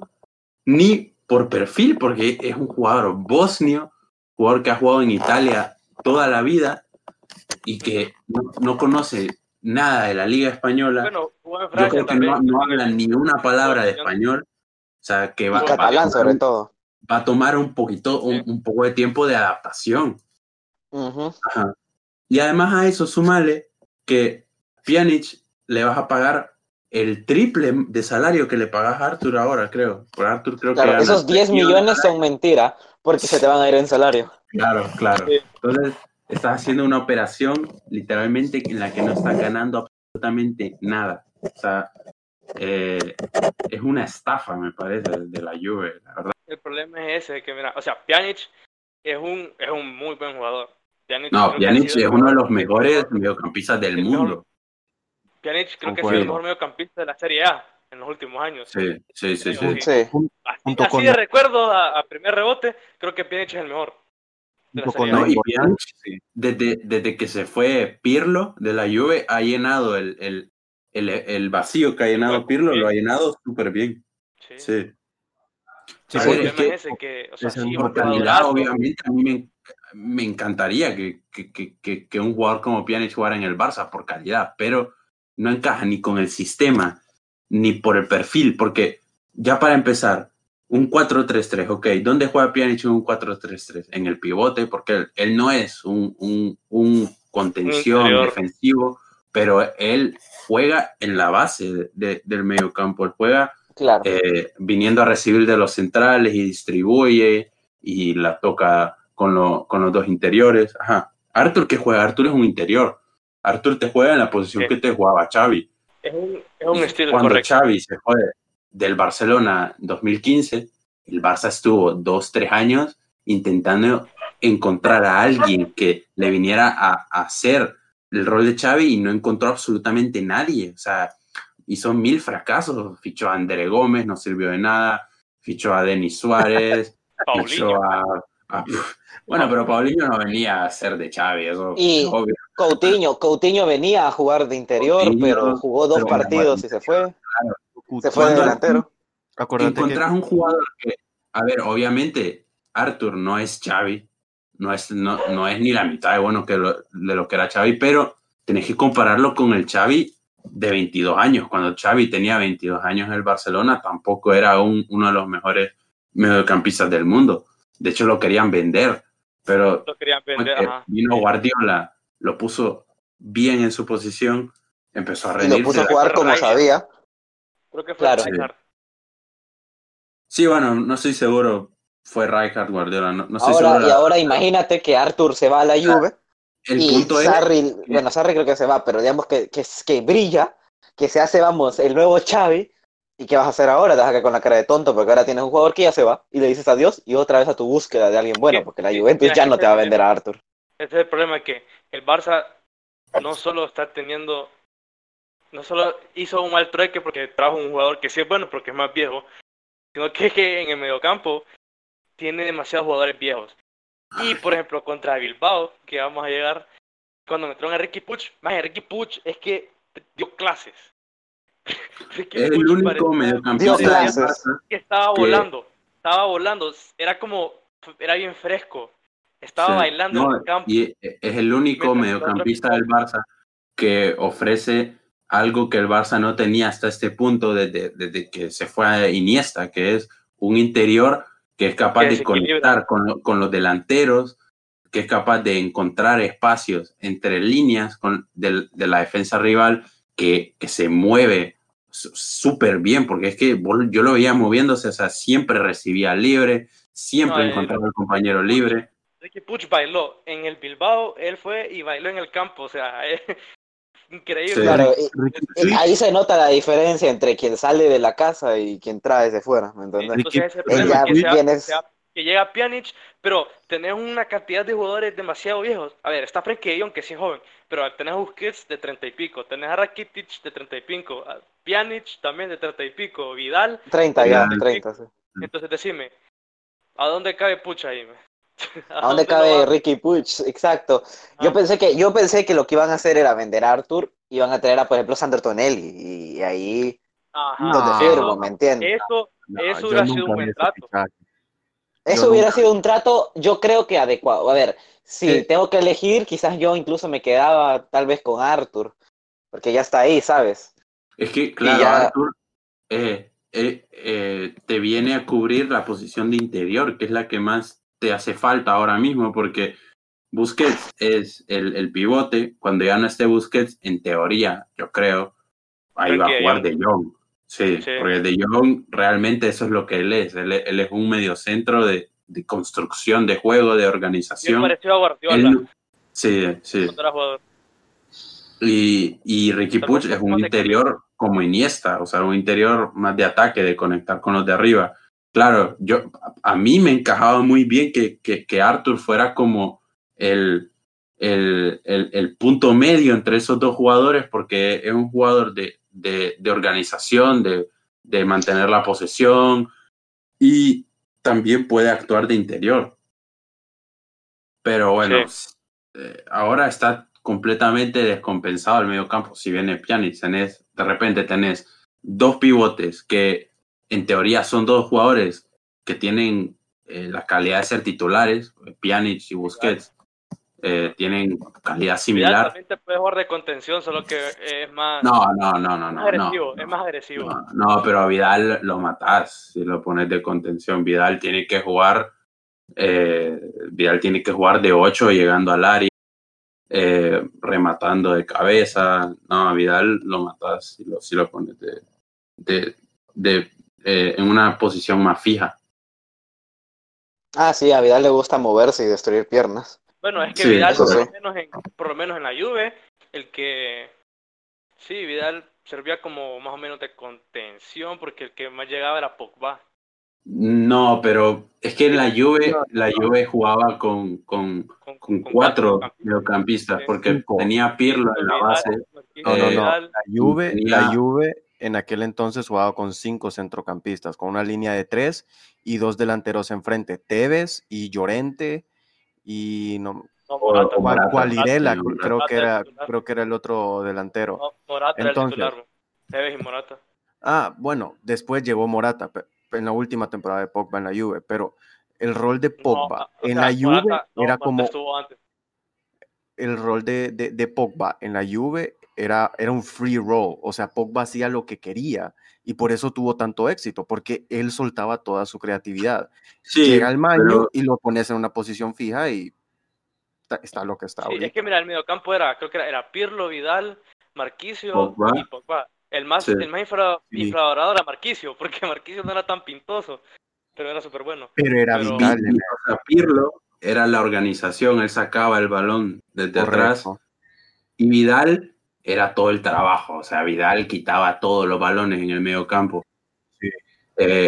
ni por perfil, porque es un jugador bosnio, jugador que ha jugado en Italia toda la vida y que no, no conoce nada de la Liga Española. Bueno, yo creo que no, no habla ni una palabra de español, o sea, que va, y catalán, va, sobre todo. Va a tomar un poquito, un, un poco de tiempo de adaptación. Uh-huh. Ajá. Y además a eso súmale que Pjanic le vas a pagar el triple de salario que le pagas a Arthur ahora, creo. Por Arthur creo claro, que esos diez millones son mentira, porque se te van a ir en salario. Claro, claro. Sí. Entonces, estás haciendo una operación literalmente en la que no estás ganando absolutamente nada. O sea, eh, es una estafa, me parece, de la Juve, la verdad. El problema es ese, que mira, o sea, Pjanic es un, es un muy buen jugador. Pjanic no, Pjanic es uno de los mejores mediocampistas del el mundo. Mejor, Pjanic creo que ha sido el mejor mediocampista de la Serie A en los últimos años. Sí, sí, sí. sí. sí. sí. Así, así de recuerdo, a, a primer rebote, creo que Pjanic es el mejor. De la Serie A. No, y Pjanic, sí. desde, desde que se fue Pirlo de la Juve, ha llenado el, el, el, el vacío que ha llenado bueno, Pirlo, bien. lo ha llenado súper bien. Sí. sí. Sí, el problema es, que, es ese, que, o sea, es sí, por calidad, obviamente, a mí me, me encantaría que, que, que, que un jugador como Pjanic jugara en el Barça por calidad, pero no encaja ni con el sistema, ni por el perfil, porque ya para empezar, un cuatro tres tres, ok, ¿dónde juega Pjanic en un cuatro tres tres? En el pivote, porque él, él no es un, un, un contención Interior. defensivo, pero él juega en la base de, de, del mediocampo, él juega Claro. Eh, viniendo a recibir de los centrales y distribuye y la toca con, lo, con los dos interiores. Ajá. Arthur, ¿qué juega? Arthur es un interior. Arthur te juega en la posición sí. que te jugaba Xavi. Es un, es un estilo cuando correcto. Xavi se fue del Barcelona dos mil quince, el Barça estuvo dos, tres años intentando encontrar a alguien que le viniera a, a hacer el rol de Xavi y no encontró absolutamente nadie. O sea, hizo mil fracasos, fichó a André Gómez, no sirvió de nada, fichó a Denis Suárez, fichó a, a... Bueno, pero Paulinho no venía a ser de Xavi, eso y es obvio. Coutinho, Coutinho venía a jugar de interior, Coutinho, pero jugó dos pero partidos bueno, y se fue. Claro. Se fue de delantero. Encontrás que... un jugador que, a ver, obviamente, Arthur no es Xavi, no es, no, no es ni la mitad de bueno que lo, de lo que era Xavi, pero tenés que compararlo con el Xavi de veintidós años. Cuando Xavi tenía veintidós años en el Barcelona, tampoco era un, uno de los mejores mediocampistas del mundo. De hecho, lo querían vender, pero lo querían vender, ajá. vino Guardiola, lo puso bien en su posición, empezó a rendirse. Y lo puso a jugar como sabía. Creo que fue claro. Rijkaard. Sí, bueno, no estoy seguro. Fue Rijkaard, Guardiola, no, no estoy ahora, seguro. Y ahora imagínate que Arthur se va a la Juve. El y punto Sarri, es... bueno, Sarri creo que se va, pero digamos que, que, que brilla, que se hace, vamos, el nuevo Xavi. ¿Y qué vas a hacer ahora? Te vas a quedar con la cara de tonto porque ahora tienes un jugador que ya se va y le dices adiós y otra vez a tu búsqueda de alguien bueno, porque la Juventus ya no te va a vender a Arthur. Este es el problema, que el Barça no solo está teniendo, no solo hizo un mal trueque porque trajo un jugador que sí es bueno porque es más viejo, sino que, que en el mediocampo tiene demasiados jugadores viejos. Y por ejemplo contra Bilbao, que vamos a llegar, cuando metieron a Riqui Puig, más Riqui Puig es que dio clases. Riqui Es el Puig único parecía mediocampista Dio del clases. Barça que estaba que- volando, estaba volando, era como, era bien fresco, estaba Sí, bailando no, en el campo. y es el único Mientras que los mediocampista otros- del Barça que ofrece algo que el Barça no tenía hasta este punto desde, desde que se fue a Iniesta, que es un interior que es capaz Que de desequilibra. conectar con, lo- con los delanteros, que es capaz de encontrar espacios entre líneas con, de, de la defensa rival, que, que se mueve súper bien, porque es que vos- yo lo veía moviéndose, o sea, siempre recibía libre, siempre No, eh, encontraba al compañero Riqui Puig- libre. Riqui Puig bailó en el Bilbao, él fue y bailó en el campo, o sea, increíble. Sí. Claro, y- Riqui y Puig- ahí se nota la diferencia entre quien sale de la casa y quien trae desde fuera, ¿me entiendes? Entonces ese Él problema ya que, sea, viene- que, sea- que llega Pjanic, pero tenés una cantidad de jugadores demasiado viejos. A ver, está Frenkie de Jong, que sí es joven, pero tenés a Busquets de treinta y pico, tenés a Rakitic de treinta y pico, a Pjanic también de treinta y pico, Vidal treinta de ya, treinta y treinta, pico. sí. Entonces decime, ¿a dónde cabe Pucha ahí? me? ¿A dónde lo cabe va? Ricky Puig? Exacto. Yo Ah, pensé que, yo pensé que lo que iban a hacer era vender a Arthur, iban a traer a, por ejemplo, Sander Tonelli, y ahí Ajá, donde No, firmo, eso, ¿me entiendes? eso, no, eso yo hubiera sido nunca un vi buen ese trato. fichaje. Eso Yo hubiera nunca- sido un trato, yo creo que adecuado. A ver, si Eh, tengo que elegir, quizás yo incluso me quedaba tal vez con Arthur, porque ya está ahí, ¿sabes? Es que, Y claro, ya, Arthur eh, eh, eh, te viene a cubrir la posición de interior, que es la que más te hace falta ahora mismo, porque Busquets es el, el pivote. Cuando ya no esté Busquets, en teoría, yo creo, ahí va a Frenkie de jugar Jong. De Jong. Sí, Sí. porque De Jong realmente eso es lo que él es. Él, él es un mediocentro de, de construcción de juego, de Bien organización. parecido a Guardiola Él, sí, sí. cuando era jugador. Y, y Riqui Tal vez Puig un es poco un más de calidad. interior como Iniesta, o sea, un interior más de ataque, de conectar con los de arriba. Claro, yo, a mí me encajaba muy bien que, que, que Arthur fuera como el, el, el, el punto medio entre esos dos jugadores, porque es un jugador de, de, de organización, de, de mantener la posesión, y también puede actuar de interior. Pero bueno, Sí. eh, ahora está completamente descompensado el medio campo. Si viene Pjanic, tenés, de repente tenés dos pivotes que en teoría son dos jugadores que tienen eh, la calidad de ser titulares, Pjanic y Busquets, eh, tienen calidad Vidal similar. también te puede jugar de contención, solo que es más, No, no, no, no, más no, no, agresivo, no, es más agresivo. no, no, pero a Vidal lo matás si lo pones de contención. Vidal tiene que jugar, eh, Vidal tiene que jugar de ocho llegando al área. Eh, rematando de cabeza. No, a Vidal lo matas si lo, si lo pones de, de, de eh, en una posición más fija. ah, sí, a Vidal le gusta moverse y destruir piernas. Bueno, es que Sí, Vidal, Eso por sí. lo menos en, por lo menos en la Juve, el que sí, Vidal servía como más o menos de contención, porque el que más llegaba era Pogba. No, pero es que en la Juve, No, la Juve jugaba con, con, Con, con con cuatro mediocampistas. mediocampistas, Sí. porque Cinco. tenía Pirlo en la Vidal, base. Marquinhos, No, no, no. Vidal, La Juve, tenía- la Juve en aquel entonces jugaba con cinco centrocampistas, con una línea de tres y dos delanteros enfrente, Tevez y Llorente y no, no, o- Morata, o Cual- Morata, Cualirela, sí, cre- Morata. creo que Morata era era, titular. creo que era el otro delantero. No, Morata era el Entonces, titular. Tevez y Morata. Ah, bueno, después llegó Morata pe- en la última temporada de Pogba en la Juve, pero el rol de Pogba No, o en sea, la Juve Morata, no, era Morata como estuvo antes. el rol de, de, de Pogba en la Juve era, era un free roll, o sea, Pogba hacía lo que quería y por eso tuvo tanto éxito, porque él soltaba toda su creatividad. Sí, Llega el Maño pero- y lo pones en una posición fija y está, está lo que está Sí, ahorita. es que mira, el mediocampo era, creo que era, era Pirlo, Vidal, Marquisio Pogba. y Pogba. El más, Sí. el más infra, Sí. infravalorado era Marquisio, porque Marquisio no era tan pintoso, pero era súper bueno. Pero era Pero- vital. Y- y, o sea, Pirlo era la organización, él sacaba el balón desde atrás. Correcto. Y Vidal era todo el trabajo, o sea, Vidal quitaba todos los balones en el medio campo. Sí. Eh,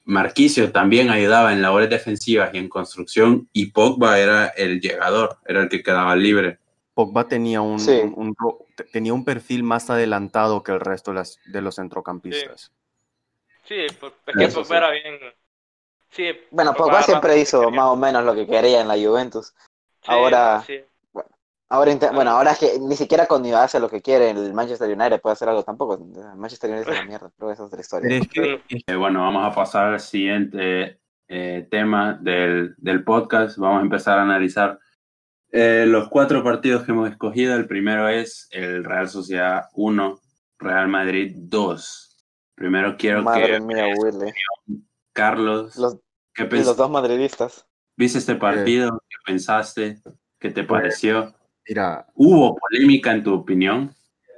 Marquisio también ayudaba en labores defensivas y en construcción, y Pogba era el llegador, era el que quedaba libre. Pogba tenía un, Sí. un, un ro- te- tenía un perfil más adelantado que el resto de, las, de los centrocampistas. Sí, pues, es que Eso Pogba sí. era bien. Sí, Bueno, Pogba Pogba agarraba siempre lo que hizo quería. más o menos lo que quería en la Juventus. Sí, Ahora, no, sí. bueno, ahora, inte- No, bueno, no. ahora es que ni siquiera cuando hace lo que quiere el Manchester United puede hacer algo tampoco. El Manchester United es una mierda, pero esa es otra historia. Pero es que, Bueno, es- Eh, bueno, vamos a pasar al siguiente eh, tema del, del podcast. Vamos a empezar a analizar eh, los cuatro partidos que hemos escogido. El primero es el Real Sociedad uno, Real Madrid dos. Primero quiero Madre que mía, Willy. Carlos, Los, ¿qué y pens- los dos madridistas. ¿viste este partido? ¿Qué pensaste? ¿Qué te Pues, pareció? mira, ¿Hubo polémica en tu opinión?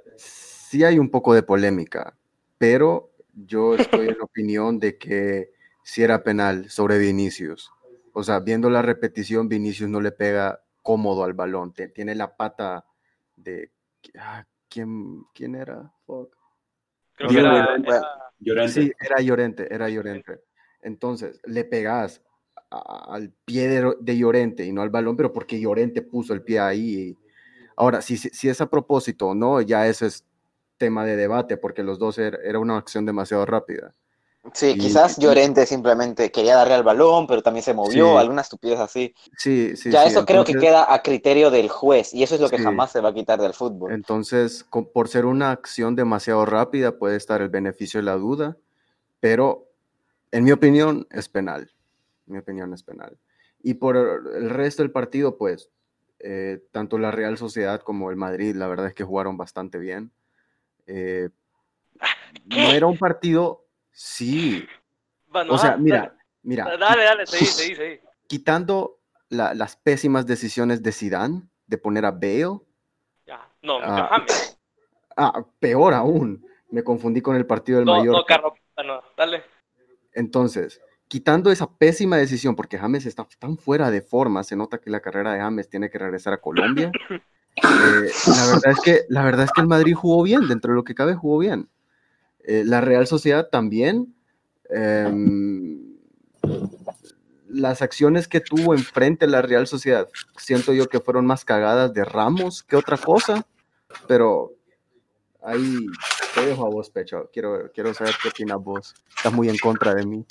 sí hay un poco de polémica, pero yo estoy en la opinión de que sí era penal sobre Vinicius. O sea, viendo la repetición, Vinicius no le pega cómodo al balón. Te- Tiene la pata de... ah, ¿quién, quién era? Fuck. creo No que Diego era, Llorente. Bueno, era- Llorente. Sí, era Llorente, era Llorente. Entonces, le pegas a- al pie de, de Llorente y no al balón, pero porque Llorente puso el pie ahí. Ahora, si, si, si es a propósito o no, ya eso es tema de debate, porque los dos er- era una acción demasiado rápida. sí, Y- quizás Llorente simplemente quería darle al balón, pero también se movió, Sí. alguna estupidez así. Sí, sí, Ya sí. eso creo que entonces- queda a criterio del juez, y eso es lo que Sí. jamás se va a quitar del fútbol. Entonces, co- por ser una acción demasiado rápida, puede estar el beneficio de la duda, pero en mi opinión es penal. Mi opinión es penal. Y por el resto del partido, pues, eh, tanto la Real Sociedad como el Madrid, la verdad es que jugaron bastante bien. Eh, ¿Qué? no era un partido, sí. Bueno, O sea, ah, mira, dale, mira, dale, dale, seguí, seguí, seguí. quitando la- las pésimas decisiones de Zidane de poner a Bale, Ya, no, Ah. yo James. ah, peor aún, me confundí con el partido del No, no, Mallorca. Carlos, no, dale. Entonces, quitando esa pésima decisión, porque James está tan fuera de forma, se nota que la carrera de James tiene que regresar a Colombia. eh, la, verdad es que, la verdad es que el Madrid jugó bien, dentro de lo que cabe jugó bien. Eh, la Real Sociedad también. em, las acciones que tuvo enfrente la Real Sociedad, siento yo que fueron más cagadas de Ramos que otra cosa, pero ahí te dejo a vos, Pecho. Quiero, quiero saber qué opinas vos. Estás muy en contra de mí.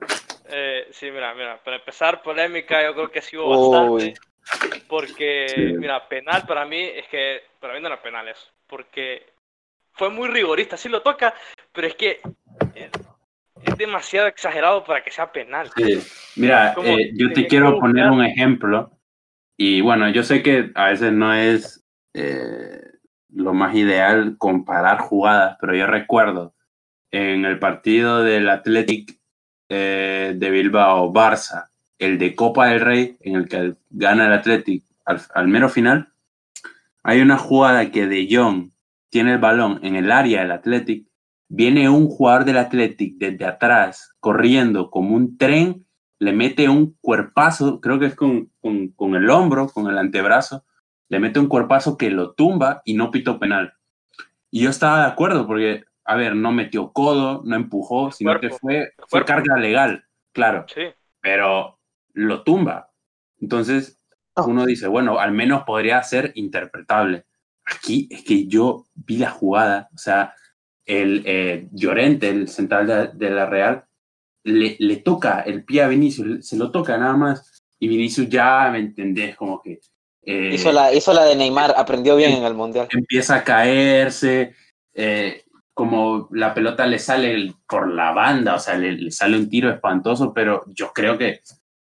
Eh, sí, mira, mira, para empezar, polémica, yo creo que sí hubo Uy, bastante. Porque, Sí. mira, penal para mí es que, para mí no era penal eso. Porque fue muy rigorista, sí lo toca, pero es que es, es demasiado exagerado para que sea penal. Sí. Mira, Como eh, yo te tenía que quiero buscar- poner un ejemplo. Y bueno, yo sé que a veces no es eh, lo más ideal comparar jugadas, pero yo recuerdo en el partido del Athletic eh, de Bilbao, Barça, el de Copa del Rey, en el que gana el Athletic al, al mero final, hay una jugada que De Jong tiene el balón en el área del Athletic, viene un jugador del Athletic desde atrás, corriendo como un tren, le mete un cuerpazo, creo que es con, con, con el hombro, con el antebrazo, le mete un cuerpazo que lo tumba y no pitó penal. Y yo estaba de acuerdo porque, a ver, no metió codo, no empujó, El sino cuerpo, que fue, el fue cuerpo. carga legal, claro, Sí, pero lo tumba. Entonces No. uno dice, bueno, al menos podría ser interpretable. Aquí es que yo vi la jugada, o sea, el eh, Llorente, el central de, de la Real, le, le toca el pie a Vinicius, se lo toca nada más, y Vinicius ya, ¿me entendés? Como que eh, hizo la, hizo la de Neymar, aprendió bien en el Mundial. empieza a caerse, eh, como la pelota le sale por la banda, o sea, le, le sale un tiro espantoso, pero yo creo que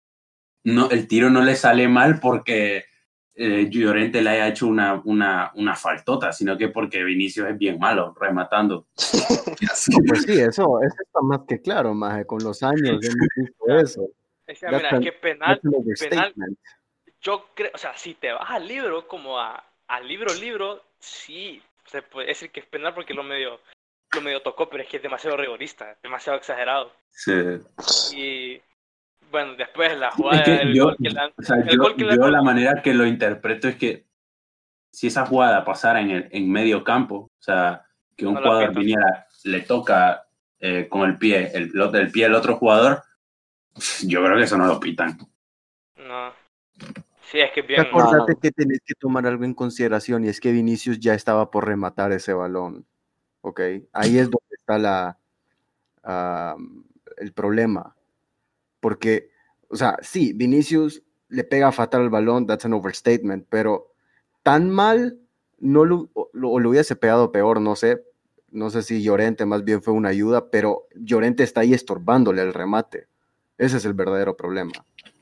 no, el tiro no le sale mal porque eh, Llorente le haya hecho una, una, una faltota, sino que porque Vinicius es bien malo rematando. No, pues sí, eso, eso está más que claro, maje. Con los años hemos visto eso. es que, That's mira, an- es que penal, that's an penal, overstatement. yo creo, o sea, si te vas al libro, como a, al libro, libro, sí, se puede decir que es penal porque lo medio, lo medio tocó, pero es que es demasiado rigorista, demasiado exagerado. Sí. Y bueno, después la jugada, Es que el yo, gol que le han- o sea, el yo, gol que le han yo la dado- manera que lo interpreto es que si esa jugada pasara en, el, en medio campo, o sea, que un No la jugador pitan. viniera, le toca eh, con el pie, el, el pie del otro jugador, yo creo que eso no lo pitan. No. Sí, es que bien. Acordate que tenés que tomar algo en consideración y es que Vinicius ya estaba por rematar ese balón. ¿Ok? Ahí es donde está la, uh, el problema. Porque, o sea, sí, Vinicius le pega fatal el balón, that's an overstatement, pero tan mal no lo, lo, lo hubiese pegado peor, no sé. No sé si Llorente más bien fue una ayuda, pero Llorente está ahí estorbándole el remate. Ese es el verdadero problema.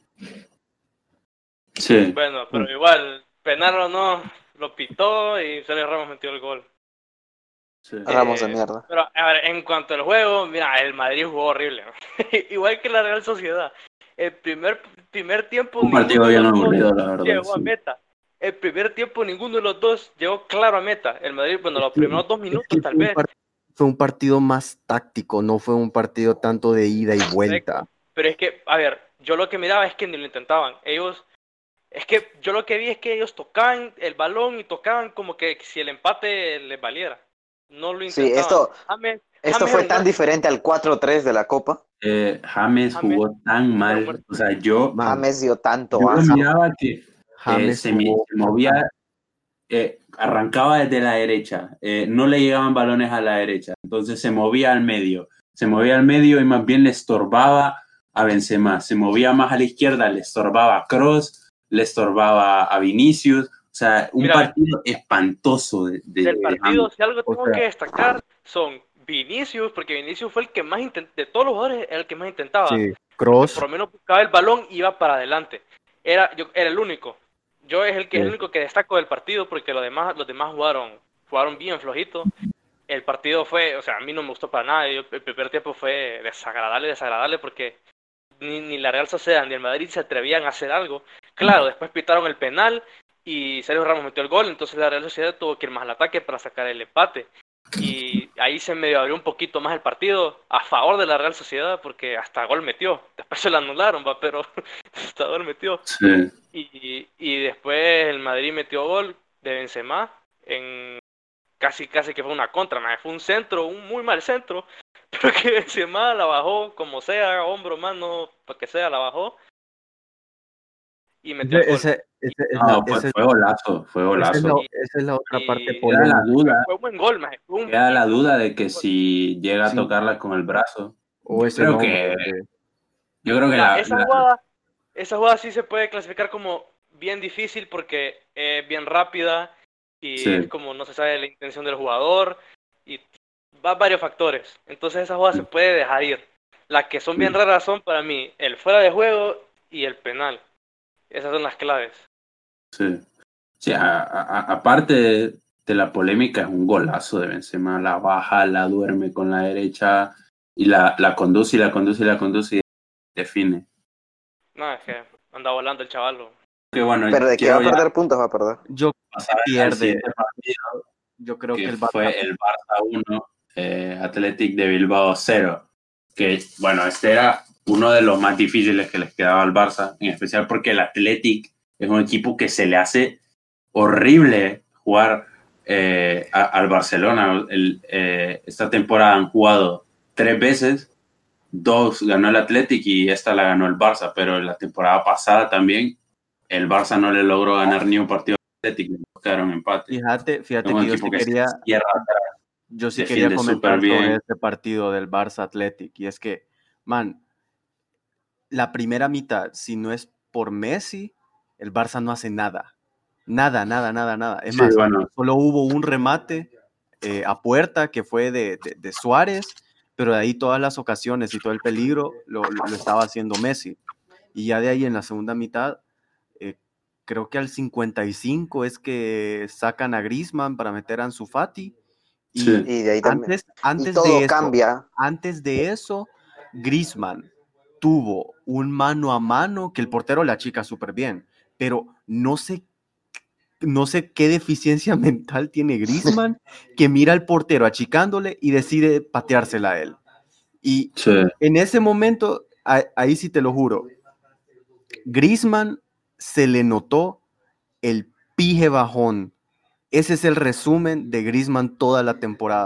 Sí. Bueno, pero igual, penal o no, lo pitó y Sergio Ramos metió el gol. Sí. Ramos Eh, de mierda. Pero, a ver, en cuanto al juego, mira, el Madrid jugó horrible. Igual que la Real Sociedad. El primer, primer tiempo, Un partido ninguno de bien los dos aburrido, la verdad. llegó a Sí. meta. El primer tiempo, ninguno de los dos llegó claro a meta. El Madrid, bueno, los Es que- primeros dos es minutos, que tal fue un vez. par- Fue un partido más táctico, no fue un partido tanto de ida y vuelta. Pero es que, a ver, yo lo que miraba es que ni lo intentaban. Ellos, es que yo lo que vi es que ellos tocaban el balón y tocaban como que si el empate les valiera. No lo Sí, intentaban. esto, James, esto James fue era un tan muerto. diferente al cuatro tres de la Copa. Eh, James James jugó tan mal, muerto. o sea, yo, Man, James dio tanto yo lo asco. miraba que eh, James se, mi- jugó se movía, eh, arrancaba desde la derecha, eh, no le llegaban balones a la derecha, entonces se movía al medio, se movía al medio y más bien le estorbaba a Benzema, se movía más a la izquierda, le estorbaba a Kroos, le estorbaba a Vinicius, o sea, un Mira, partido espantoso de, de, del de partido, James. si algo O tengo sea- que destacar, son Vinicius, porque Vinicius fue el que más intentaba, de todos los jugadores, era el que más intentaba. Sí, Porque Kroos. por lo menos buscaba el balón y iba para adelante. Era, yo, era el único. Yo es el que es el Sí. único que destaco del partido, porque los demás, los demás jugaron, jugaron bien flojito. El partido fue, o sea, a mí no me gustó para nada. Yo- el primer tiempo fue desagradable, desagradable, porque ni, ni la Real Sociedad ni el Madrid se atrevían a hacer algo. Claro, después pitaron el penal y Sergio Ramos metió el gol, entonces la Real Sociedad tuvo que ir más al ataque para sacar el empate. Y ahí se medio abrió un poquito más el partido a favor de la Real Sociedad, porque hasta gol metió. Después se lo anularon, va, pero hasta gol metió. Sí. Y, y después el Madrid metió gol de Benzema en casi casi que fue una contra, man. Fue un centro, un muy mal centro, pero que Benzema la bajó como sea, hombro, mano, para que sea, la bajó y metió el gol. Ese- ese es No, la- fue, ese- fue golazo, fue esa es golazo. la, esa es la otra Y- parte Queda la polémica. duda, Fue un buen gol, man. Fue un queda la muy duda de buen que gol. si llega a Sí. tocarla con el brazo. O Yo ese creo nombre. que, de- yo creo que Mira, la, esa la- jugada, esa jugada sí se puede clasificar como bien difícil porque es bien rápida y Sí. es como no se sabe la intención del jugador y va varios factores. Entonces esa jugada Sí. se puede dejar ir. Las que son Sí. bien raras son para mí el fuera de juego y el penal. Esas son las claves. sí. Sí, a- a- aparte de, de la polémica, es un golazo de Benzema, la baja, la duerme con la derecha y la, la conduce y la conduce y la conduce y define. No, es que anda volando el chaval. Que bueno, Pero de que quiero va a ya perder puntos, va a perder. Yo pasar al pierde. siguiente partido, Yo creo que, que el Barça fue el Barça uno, eh, Athletic de Bilbao cero. Que bueno, este era uno de los más difíciles que les quedaba al Barça, en especial porque el Athletic es un equipo que se le hace horrible jugar eh, a, al Barcelona. El, eh, esta temporada han jugado tres veces, dos ganó el Athletic y esta la ganó el Barça, pero la temporada pasada también el Barça no le logró ganar ni un partido al Athletic, quedaron empate. Fíjate, fíjate Es un que yo equipo sí que se quería, cierra atrás. yo sí defiende quería comentar súper bien. sobre este partido del Barça Athletic. Y es que, man, la primera mitad, si no es por Messi, el Barça no hace nada. Nada, nada, nada, nada. Es Sí, más, bueno. solo hubo un remate eh, a puerta que fue de, de, de Suárez, pero de ahí todas las ocasiones y todo el peligro lo, lo, lo estaba haciendo Messi. Y ya de ahí en la segunda mitad, eh, creo que al cincuenta y cinco es que sacan a Griezmann para meter a Ansu Fati. Y Sí. Y de ahí también. antes, antes Y todo de eso, cambia. antes de eso, Griezmann tuvo un mano a mano que el portero la chica súper bien, pero no sé, no sé qué deficiencia mental tiene Griezmann que mira al portero achicándole y decide pateársela a él. Y Sí. en ese momento, a- ahí sí te lo juro, Griezmann se le notó el pije bajón. Ese es el resumen de Griezmann toda la temporada.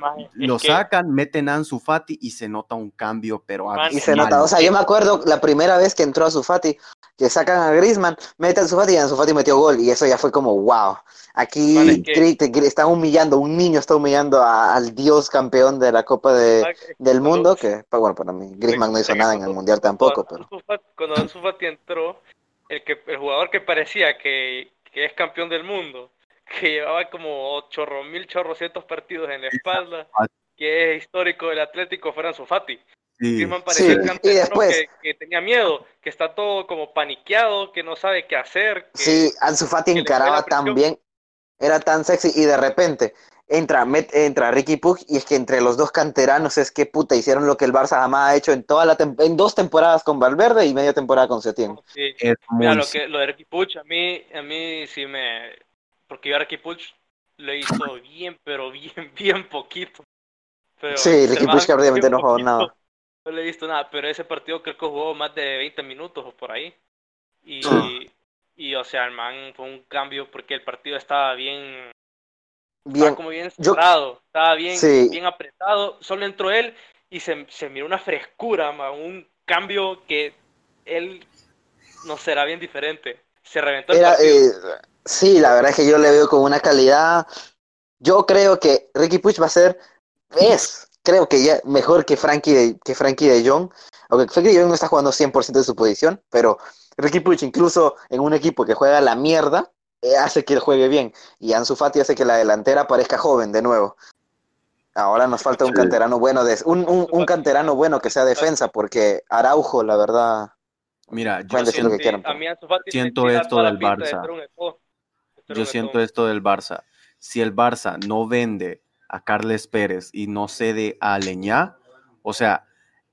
Maje, es lo que- sacan, meten a Ansu Fati y se nota un cambio, pero Man, Y se abismal. nota, o sea, yo me acuerdo la primera vez que entró Ansu Fati, que sacan a Griezmann, meten a Ansu Fati y Ansu Fati metió gol, y eso ya fue como, wow. Aquí Man, es que- gri- te- gri- están humillando, un niño está humillando a- al dios campeón de la Copa de, man, es que del cuando- mundo, que, pues, bueno, para mí, Griezmann no hizo es que nada en cuando- el Mundial cuando tampoco, pero... Ansu Fati- Cuando Ansu Fati entró, el, que, el jugador que parecía que, que es campeón del mundo, que llevaba como chorro mil chorrocientos partidos en la espalda, que es histórico del Atlético, fuera Ansu Fati. Sí, Griezmann Sí, parecía el y canterano después, que, que tenía miedo, que está todo como paniqueado, que no sabe qué hacer. Que, sí, Ansu Fati que le cae la encaraba presión. tan bien, era tan sexy, y de repente entra, met- entra Ricky Puig, y es que entre los dos canteranos es que puta, hicieron lo que el Barça jamás ha hecho en toda la tem- en dos temporadas con Valverde y media temporada con Setién. Sí. es Mira, muy lo que lo de Ricky Puig, a mí, a mí sí me... Porque yo a Ricky Puig lo he visto bien, pero bien, bien poquito. Pero Sí, Ricky Puig que extremadamente obviamente no jugó poquito. nada. No le he visto nada, pero ese partido creo que jugó más de veinte minutos o por ahí. Y, Sí. y o sea, el man fue un cambio porque el partido estaba bien, estaba Bien, como bien yo- cerrado, estaba bien, Sí. bien apretado. Solo entró él y se, se miró una frescura, man, un cambio que él no será bien diferente. Se reventó el era, partido. eh, sí, la verdad es que yo le veo con una calidad. Yo creo que Ricky Puig va a ser, es, creo que ya mejor que Frankie de, que Frankie de Jong, aunque Frankie de Jong no está jugando cien por ciento de su posición, pero Ricky Puig incluso en un equipo que juega la mierda, eh, hace que él juegue bien, y Ansu Fati hace que la delantera parezca joven de nuevo. Ahora nos falta un Sí. canterano bueno, de, un, un, un canterano bueno que sea defensa, porque Araujo, la verdad, Mira, yo pueden decir lo que Sí, quieran. a pero- mí Ansu Fati siento me tira esto toda la del pinta de Barça. ser un Eto'o. De ser Yo un siento Eto'o. esto del Barça. Si el Barça no vende a Carles Pérez y no cede a Aleñá, o sea,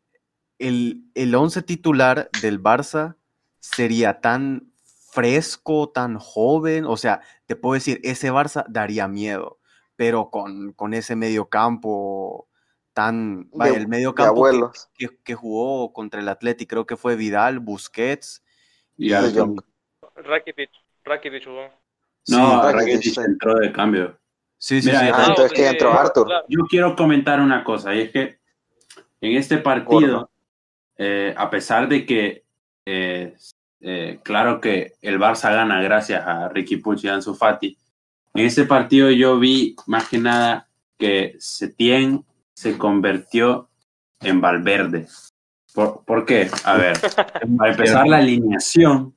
el, el once titular del Barça sería tan fresco, tan joven, o sea, te puedo decir, ese Barça daría miedo, pero con, con ese mediocampo tan, vaya, de, el de mediocampo que, abuelos. que, que jugó contra el Atleti, creo que fue Vidal, Busquets, Y De Arthur. Jong. Rakitic, Rakitic jugó. No, Sí. Rakitic Rakitic, sí. entró de cambio. sí, sí, Mira, sí, ah, Ah, Rakitic. entonces que entró sí, Arthur. claro. Yo quiero comentar una cosa, y es que en este partido, eh, a pesar de que, eh, eh, claro que el Barça gana gracias a Ricky Puig y Ansu Fati, en este partido yo vi más que nada que Setién se convirtió en Valverde. ¿Por, ¿por qué? A ver, para empezar, la alineación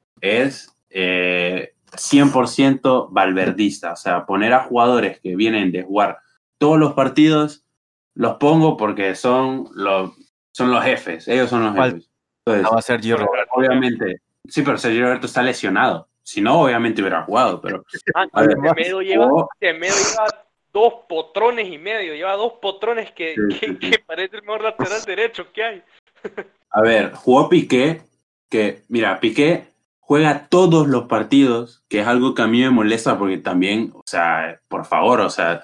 es eh, cien por ciento valverdista. O sea, poner a jugadores que vienen de jugar todos los partidos, los pongo porque son los, son los jefes. Ellos son los ¿Cuál? jefes. Entonces, Va a ser Giroud. obviamente, sí, pero Sergio Roberto está lesionado. Si no, obviamente hubiera jugado, pero Ah, A ver, Semedo lleva, jugó- Semedo lleva dos potrones y medio, lleva dos potrones que, Sí, que, sí, sí. que parece el mejor lateral derecho que hay. A ver, jugó Piqué, que, mira, Piqué juega todos los partidos, que es algo que a mí me molesta porque también, o sea, por favor, o sea,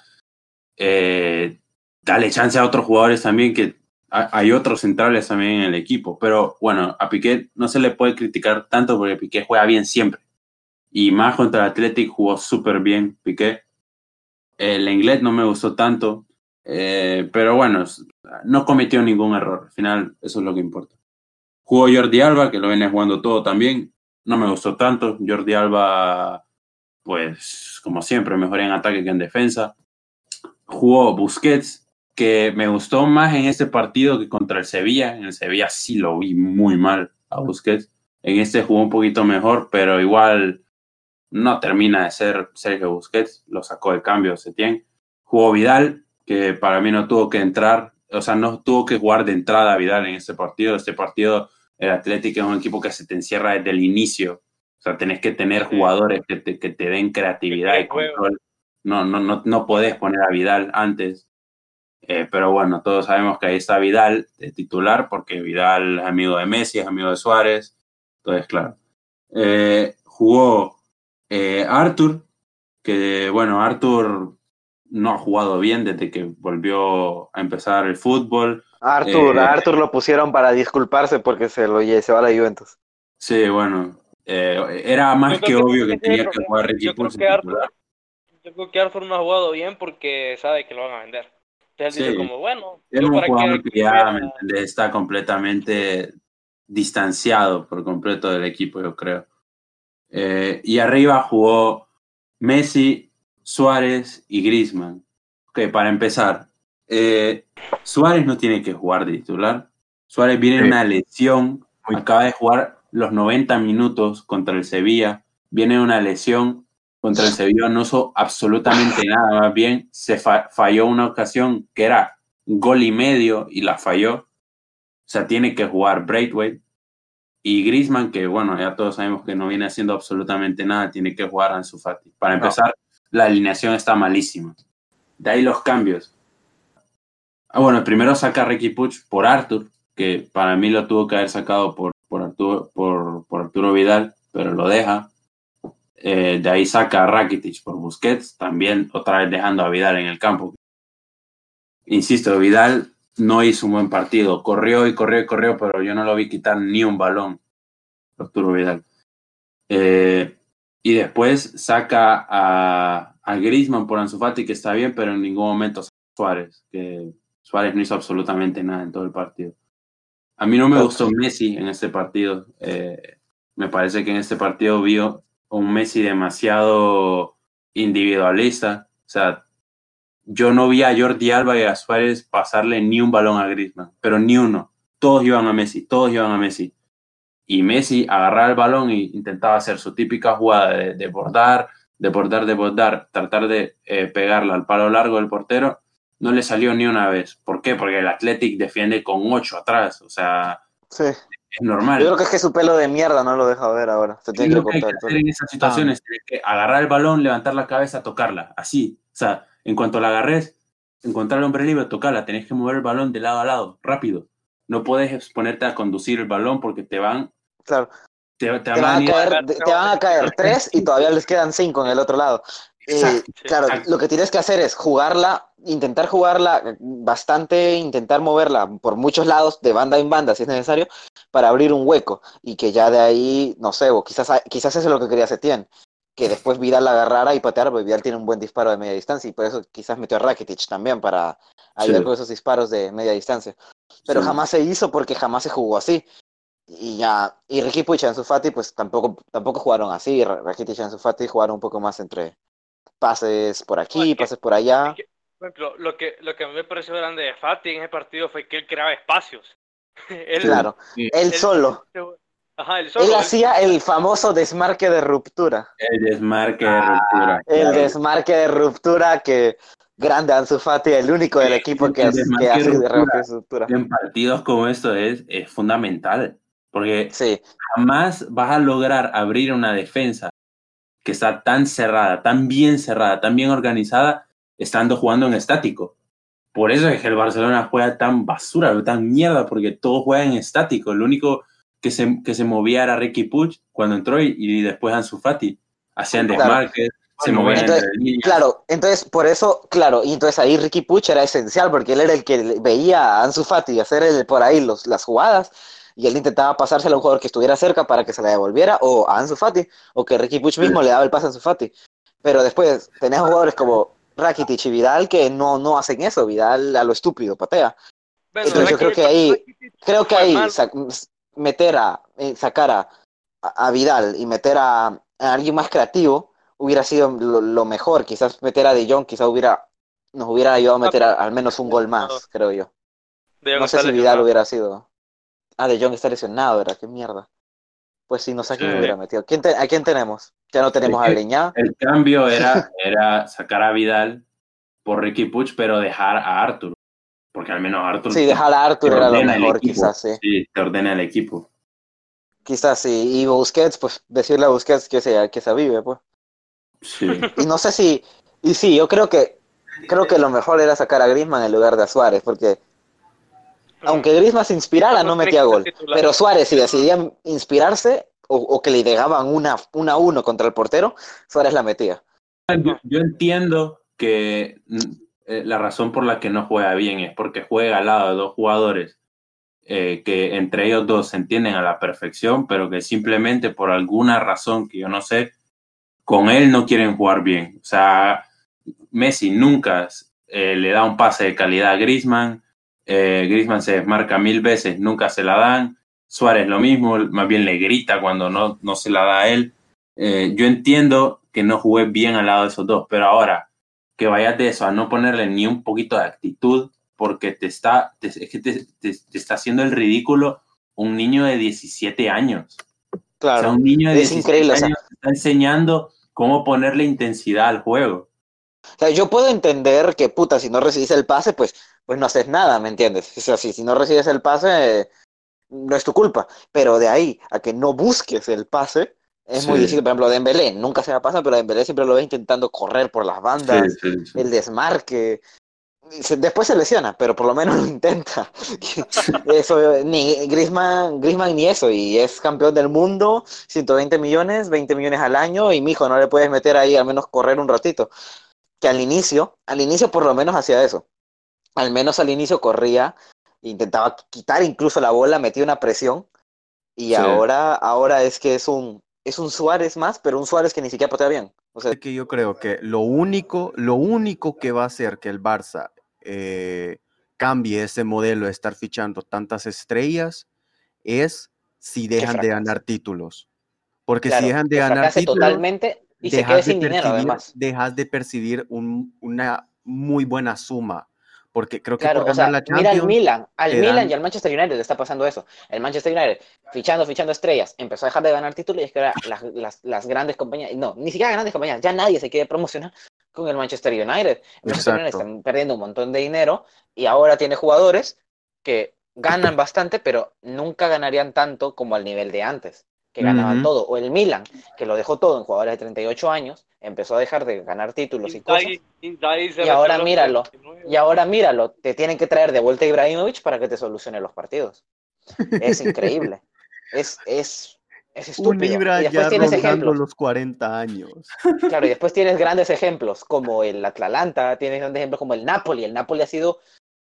eh, dale chance a otros jugadores también, que ha- hay otros centrales también en el equipo, pero bueno, a Piqué no se le puede criticar tanto porque Piqué juega bien siempre, y más contra el Athletic jugó súper bien Piqué. El inglés no me gustó tanto, eh, pero bueno, no cometió ningún error. Al final, eso es lo que importa. Jugó Jordi Alba, que lo viene jugando todo también. No me gustó tanto. Jordi Alba, pues, como siempre, mejor en ataque que en defensa. Jugó Busquets, que me gustó más en este partido que contra el Sevilla. En el Sevilla sí lo vi muy mal a Busquets. En este jugó un poquito mejor, pero igual no termina de ser Sergio Busquets, lo sacó de cambio Setién. Jugó Vidal, que para mí no tuvo que entrar, o sea, no tuvo que jugar de entrada Vidal en este partido. Este partido, el Atlético es un equipo que se te encierra desde el inicio. O sea, tenés que tener jugadores que te, que te den creatividad y control. No, no, no, no podés poner a Vidal antes. Eh, pero bueno, todos sabemos que ahí está Vidal de titular, porque Vidal es amigo de Messi, es amigo de Suárez. Entonces, claro. Eh, jugó Eh, Arthur, que bueno, Arthur no ha jugado bien desde que volvió a empezar el fútbol. Arthur, Eh, a Arthur lo pusieron para disculparse porque se lo se va a la Juventus. Sí, bueno, eh, era más Yo que creo obvio que ese es el tenía que problema. jugar Ricky Yo creo Puig que en titular. Arthur, yo creo que Arthur no ha jugado bien porque sabe que lo van a vender. Entonces él Sí. dice como, bueno, Es yo un para jugador qué que ya, voy ¿me a- entiendes? Está completamente distanciado por completo del equipo, yo creo. Eh, y arriba jugó Messi, Suárez y Griezmann. Ok, para empezar, eh, Suárez no tiene que jugar de titular. Suárez viene de Sí. una lesión, Muy- acaba de jugar los noventa minutos contra el Sevilla, viene de una lesión contra el Sevilla, no hizo absolutamente nada, más bien se fa- falló una ocasión que era gol y medio y la falló. O sea, tiene que jugar Braithwaite. Y Griezmann, que bueno, ya todos sabemos que no viene haciendo absolutamente nada, tiene que jugar Ansu Fati. Para No. empezar, la alineación está malísima. De ahí los cambios. Ah, bueno, primero saca a Riqui Puig por Arthur, que para mí lo tuvo que haber sacado por, por, Arturo, por, por Arturo Vidal, pero lo deja. Eh, de ahí saca a Rakitic por Busquets, también otra vez dejando a Vidal en el campo. Insisto, Vidal no hizo un buen partido. Corrió y corrió y corrió, pero yo no lo vi quitar ni un balón. Arturo Vidal. Eh, y después saca a, a Griezmann por Ansu Fati, que está bien, pero en ningún momento saca a Suárez, que Suárez no hizo absolutamente nada en todo el partido. A mí no me gustó Messi en este partido. Eh, me parece que en este partido vio un Messi demasiado individualista. O sea, yo no vi a Jordi Alba y a Suárez pasarle ni un balón a Griezmann, pero ni uno. Todos iban a Messi, todos iban a Messi. Y Messi agarraba el balón e intentaba hacer su típica jugada de, de bordar, de bordar, de bordar, tratar de eh, pegarla al palo largo del portero. No le salió ni una vez. ¿Por qué? Porque el Athletic defiende con ocho atrás. O sea, Sí. es Yo normal. creo que es que su pelo de mierda no lo deja ver ahora. Se ¿Qué tiene es que lo que hay que cortar el hacer pelo. en esas situaciones? Tienes que agarrar el balón, levantar la cabeza, tocarla. Así. O sea, en cuanto la agarres, encontrar el hombre libre, tocarla. Tenés que mover el balón de lado a lado, rápido. No puedes ponerte a conducir el balón porque te van... Claro. Te, te Te van van a a ir- caer, te van a caer tres y todavía les quedan cinco en el otro lado. Eh, Exacto, claro, exacto. lo que tienes que hacer es jugarla, intentar jugarla bastante, intentar moverla por muchos lados, de banda en banda, si es necesario, para abrir un hueco y que ya de ahí, no sé, o quizás, quizás eso es lo que quería Setién, que después Vidal la agarrara y pateara, porque Vidal tiene un buen disparo de media distancia y por eso quizás metió a Rakitic también para ayudar Sí. con esos disparos de media distancia. Pero Sí. jamás se hizo porque jamás se jugó así. Y ya, y Riqui Puig y Ansu Fati pues tampoco, tampoco jugaron así. Rakitic y Ansu Fati jugaron un poco más entre pases por No, aquí, es que- pases por allá. es que, por ejemplo, lo que, lo que a mí me pareció grande de Fati en ese partido fue que él creaba espacios. él, Claro, Sí. él él- solo. Ajá, él Él solo. él- hacía el famoso desmarque de ruptura. El desmarque de ruptura. El claro. desmarque de ruptura que grande Ansu Fati, el único del equipo que, El hace- desmarque que de hace de ruptura ruptura. en partidos como estos es, es fundamental, porque Sí, jamás vas a lograr abrir una defensa que está tan cerrada, tan bien cerrada, tan bien organizada, estando jugando en estático. Por eso es que el Barcelona juega tan basura, tan mierda, porque todos juegan en estático. El único que se, que se movía era Riqui Puig cuando entró y, y después Ansu Fati. Hacían Claro. desmarques, se Bueno, movían entonces, entre líneas. claro, entonces por eso, claro, y entonces ahí Riqui Puig era esencial porque él era el que veía a Ansu Fati hacer el, por ahí los, las jugadas y él intentaba pasársela a un jugador que estuviera cerca para que se la devolviera o a Ansu Fati o que Riqui Puig mismo le daba el pase a Ansu Fati. Pero después tenés jugadores como Rakitic y Vidal que no, no hacen eso, Vidal a lo estúpido patea. Bueno, Entonces yo creo Rakitic- que ahí, Rakitic creo que fue ahí mal. sa- meter a, eh, sacar a, a Vidal y meter a, a alguien más creativo hubiera sido lo, lo mejor. Quizás meter a De Jong quizás hubiera, nos hubiera ayudado a meter a- al menos un gol más, creo yo. De Jong No sé está si Vidal lesionado. hubiera sido. Ah, De Jong está lesionado, ¿verdad? Qué mierda. Pues sí, no sé a quién Sí. hubiera metido. ¿Quién te- ¿A quién tenemos? Ya no tenemos Es a que Leñá. El cambio era, era sacar a Vidal por Riqui Puig, pero dejar a Arthur. Porque al menos Arthur Sí, te, dejar a te Arthur era lo ordena el mejor, equipo. quizás, sí. Sí, te ordena el equipo. Quizás sí. Y Busquets, pues decirle a Busquets que se, que se avive, pues. Sí. Y no sé si. Y sí, yo creo que. Creo que lo mejor era sacar a Griezmann en lugar de a Suárez, porque aunque Griezmann se inspirara, no metía gol. Pero Suárez, si decidía inspirarse o, o que le llegaban una, una a uno contra el portero, Suárez la metía. Yo, yo entiendo que mm, eh, la razón por la que no juega bien es porque juega al lado de dos jugadores eh, que entre ellos dos se entienden a la perfección, pero que simplemente por alguna razón que yo no sé, con él no quieren jugar bien. O sea, Messi nunca eh, le da un pase de calidad a Griezmann, eh, Griezmann se desmarca mil veces, nunca se la dan, Suárez lo mismo, más bien le grita cuando no, no se la da a él. Eh, yo entiendo que no jugué bien al lado de esos dos, pero ahora que vayas de eso a no ponerle ni un poquito de actitud, porque te está, te, es que te, te, te está haciendo el ridículo un niño de diecisiete años. Claro, o sea, un niño de es diecisiete increíble, o sea, años te está enseñando cómo ponerle intensidad al juego. O sea, yo puedo entender que, puta, si no recibes el pase, pues, pues no haces nada, ¿me entiendes? O sea, si, si no recibes el pase, eh, no es tu culpa. Pero de ahí a que no busques el pase, es Sí. muy difícil. Por ejemplo, Dembélé, nunca se la pasa, pero Dembélé siempre lo ves intentando correr por las bandas, Sí, sí, sí. el desmarque. Se- Después se lesiona, pero por lo menos lo intenta. Eso, ni Griezmann, Griezmann ni eso, y es campeón del mundo, ciento veinte millones, veinte millones al año, y mijo, no le puedes meter ahí al menos correr un ratito. Que al inicio, al inicio por lo menos hacía eso. Al menos al inicio corría, intentaba quitar incluso la bola, metía una presión, y Sí. ahora, ahora es que es un, es un Suárez más, pero un Suárez que ni siquiera patea bien. O sea, que yo creo que lo único, lo único que va a hacer que el Barça eh, cambie ese modelo de estar fichando tantas estrellas es si dejan de fracase. ganar títulos. Porque claro, si dejan de que ganar fracase títulos, totalmente y se quede dejas de sin dinero percibir, además. dejas de percibir un- una muy buena suma. Porque creo que Claro, por o ganar sea, la mira al Champions Milan, al te Milan dan- y al Manchester United le está pasando eso. El Manchester United, fichando, fichando estrellas, empezó a dejar de ganar títulos y es que ahora las, las, las grandes compañías, no, ni siquiera grandes compañías, ya nadie se quiere promocionar con el Manchester United. El Manchester United Exacto. está perdiendo un montón de dinero y ahora tiene jugadores que ganan bastante, pero nunca ganarían tanto como al nivel de antes, que ganaban Ujú. todo. O el Milan, que lo dejó todo en jugadores de treinta y ocho años, empezó a dejar de ganar títulos y cosas. Inzaghi, Inzaghi se Y ahora retiró a los míralo, cuarenta y nueve. y ahora míralo, te tienen que traer de vuelta a Ibrahimovic para que te solucione los partidos. Es increíble. Es, es, es Un estúpido. Ibra Y después ya tienes rondando ejemplos. los cuarenta años. Claro, y después tienes grandes ejemplos como el Atalanta, tienes grandes ejemplos como el Napoli. El Napoli ha sido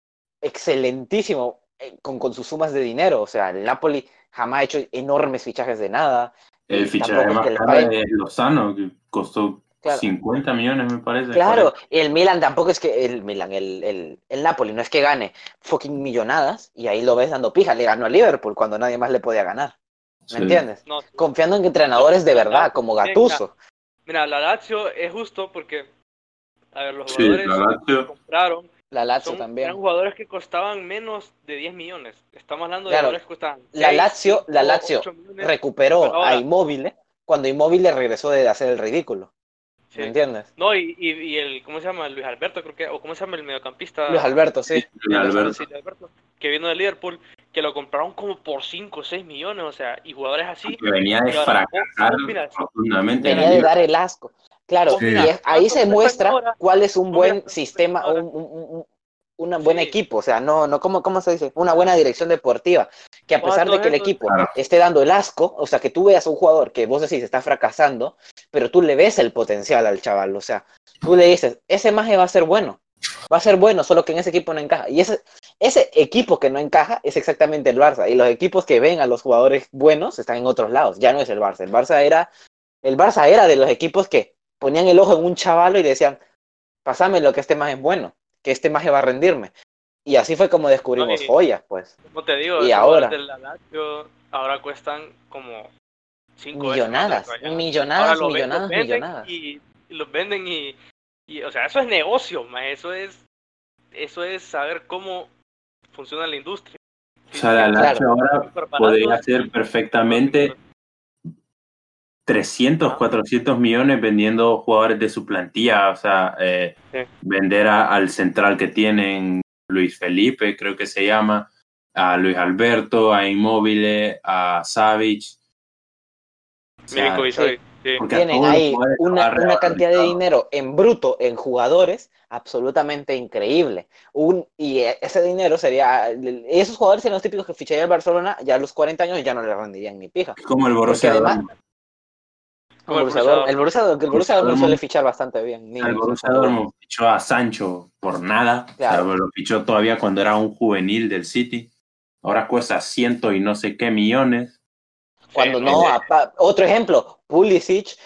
excelentísimo eh, con, con sus sumas de dinero. O sea, el Napoli jamás ha hecho enormes fichajes de nada. El Y fichaje tampoco es más que le caro paguen. es Lozano, que costó Claro. cincuenta millones, me parece. Claro, cuarenta. el Milan tampoco es que el Milan, el, el, el Napoli no es que gane fucking millonadas y ahí lo ves dando pija, le ganó a Liverpool cuando nadie más le podía ganar. ¿Me Sí. entiendes? No, Confiando en entrenadores de la verdad, Lazio como también, Gattuso. Mira, la Lazio es justo porque, a ver, los Sí, jugadores la que Lazio. compraron La Lazio son, también. eran jugadores que costaban menos de diez millones. Estamos hablando de Claro, jugadores que costaban La seis, Lazio, la cinco, Lazio ocho millones. Pero recuperó a ahora, Immobile cuando Immobile regresó de hacer el ridículo. sí. ¿Me entiendes? No, y, y, y el, ¿cómo se llama? Luis Alberto, creo que, o ¿cómo se llama el mediocampista? Luis Alberto, sí. Sí, Luis Alberto. Sí, Luis Alberto, que vino de Liverpool, que lo compraron como por cinco o seis millones, o sea, y jugadores así. Que venía de Y ahora, fracasar vos- vos mirás, profundamente. Venía de dar el asco. Claro, vos Sí. y mirás es- ahí cuánto se cuestan muestra ahora, cuál es un vos mirás buen cuánto sistema, cuestan un, ahora. un, un, un buen Sí. equipo, o sea, no, no ¿cómo, ¿cómo se dice? Una buena dirección deportiva, que a Vos a pesar de todos que el esos, equipo Claro. esté dando el asco, o sea, que tú veas a un jugador que vos decís está fracasando, pero tú le ves el potencial al chaval, o sea, tú le dices, ese maje va a ser bueno, va a ser bueno, solo que en ese equipo no encaja, y ese, ese equipo que no encaja es exactamente el Barça, y los equipos que ven a los jugadores buenos están en otros lados, ya no es el Barça, el Barça era, el Barça era de los equipos que ponían el ojo en un chavalo y decían, pásame lo que este maje es bueno, que este maje va a rendirme. Y así fue como descubrimos No, y- joyas, pues. como te digo, Y esos ahora, jugadores de la Lazio ahora cuestan como cinco veces más de lo millonadas, que valían antes. millonadas, Ahora lo ve- millonadas, los venden millonadas. y, y los venden y, y, o sea, eso es negocio, ma, eso es, eso es saber cómo funciona la industria. O sea, la Si- si Claro. Lazio ahora súper podría baratos ser y- perfectamente trescientos, Ah. cuatrocientos millones vendiendo jugadores de su plantilla, o sea, eh, Sí. vender a- al central que tienen, Luis Felipe, creo que se llama, a Luis Alberto, a Immobile, a Savic. O sea, Milinkovic, Sí. Savic, sí. porque a Tienen todos los ahí jugadores los una, ha una cantidad de revalorizado. dinero en bruto, en jugadores, absolutamente increíble. Un, y e- ese dinero sería, esos jugadores serían los típicos que ficharía el Barcelona ya a los cuarenta años ya no le rendirían ni pija. Es como el Porque Borussia además, Dortmund. Como el el Borussia Borussia Dortmund- el Borussia, el Borussia Borussia Dortmund suele Dortmund- fichar bastante bien. El niños, Borussia bastante Dortmund fichó a Sancho por nada, Claro. o sea, lo fichó todavía cuando era un juvenil del City. Ahora cuesta ciento y no sé qué millones. Cuando Sí, no, Eh, a- pa- otro ejemplo, Pulisic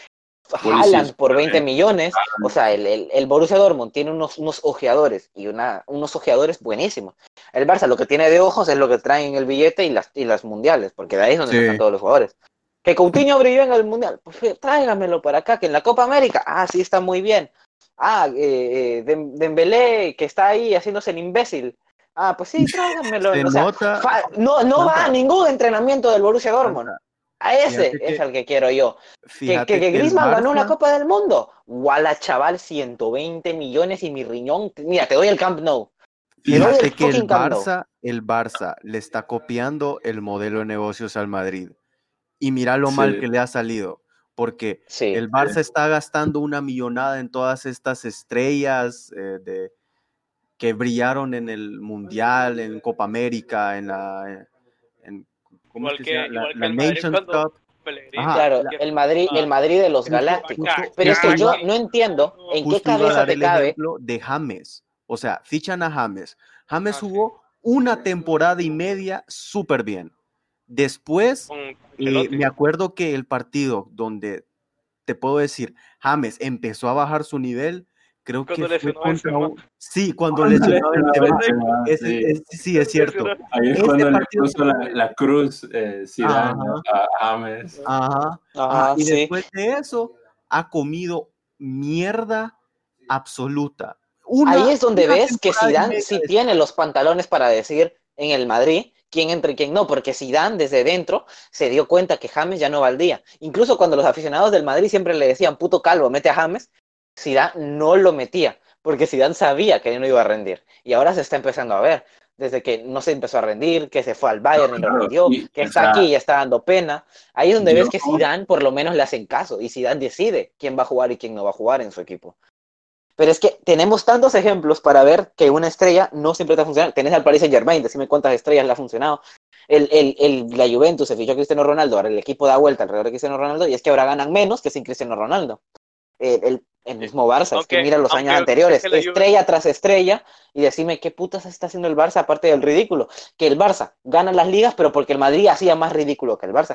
Haaland por veinte millones, o sea, el, el, el Borussia Dortmund tiene unos, unos ojeadores y una, unos ojeadores buenísimos. El Barça lo que tiene de ojos es lo que traen en el billete y las, y las mundiales, porque de ahí es donde Sí. están todos los jugadores. Que Coutinho brilló en el mundial, pues tráigamelo para acá, que en la Copa América, ah, sí está muy bien. Ah, eh, Dem- Dembélé, que está ahí haciéndose el imbécil. Ah, pues sí, tráigamelo. Se O sea, nota- fa- no, no va Santa. a ningún entrenamiento del Borussia Dortmund. Santa, A ese Fíjate es que- al que quiero yo. Que, Fíjate que, que que el Griezmann ganó una Barça- Copa del Mundo. Guala, chaval, ciento veinte millones y mi riñón. Mira, te doy el Camp Nou. Te doy Fíjate el que el fucking Camp Nou. Barça, el Barça le está copiando el modelo de negocios al Madrid. Y mira lo Sí. mal que le ha salido. Porque Sí. el Barça está gastando una millonada en todas estas estrellas eh, de, que brillaron en el Mundial, en Copa América, en la... En, ¿cómo Igual es que, que- se llama? La, igual que la el Madrid Nations cuando- Cup. Pellegrini, Ajá, Claro, que- el Madrid, ah, el Madrid de los Justo- Galácticos. justo- Pero es que yo justo- no entiendo en qué Justo iba a cabeza dar te el cabe. ejemplo de James. O sea, fichan a James. James Ah, sí. jugó una temporada y media súper bien. Después, con eh, Ancelotti. me acuerdo que el partido donde te puedo decir, James empezó a bajar su nivel, creo Cuando que fue lesionó a contra Benzema. un... Sí, cuando Cuando lesionó a lesionó a Benzema. Benzema, Ese- sí. ese- sí, es cierto. Lesionó- Ahí es Ese cuando le partido- puso la, la cruz eh, Zidane Ajá. a James. Ajá. Ajá, Ajá, y sí. después de eso, ha comido mierda absoluta. Una- Ahí es donde una ves que temporada y Zidane media sí de- tiene los pantalones para decir en el Madrid quién entra y quién no, porque Zidane desde dentro se dio cuenta que James ya no valdría. Incluso cuando los aficionados del Madrid siempre le decían, puto calvo, mete a James, Zidane no lo metía, porque Zidane sabía que no iba a rendir. Y ahora se está empezando a ver, desde que no se empezó a rendir, que se fue al Bayern y no Claro, rendió, y, que o está sea, aquí y está dando pena. Ahí es donde yo- ves que Zidane por lo menos le hacen caso, y Zidane decide quién va a jugar y quién no va a jugar en su equipo. Pero es que tenemos tantos ejemplos para ver que una estrella no siempre te va a funcionar. Tenés al Paris Saint Germain, decime cuántas estrellas le ha funcionado. El, el, el, la Juventus se fichó a Cristiano Ronaldo, ahora el equipo da vuelta alrededor de Cristiano Ronaldo y es que ahora ganan menos que sin Cristiano Ronaldo. El, el, el mismo Barça, es Aunque- que mira los aunque años anteriores, es que la Juve- estrella tras estrella, y decime qué putas está haciendo el Barça aparte del ridículo. Que el Barça gana las ligas, pero porque el Madrid hacía más ridículo que el Barça.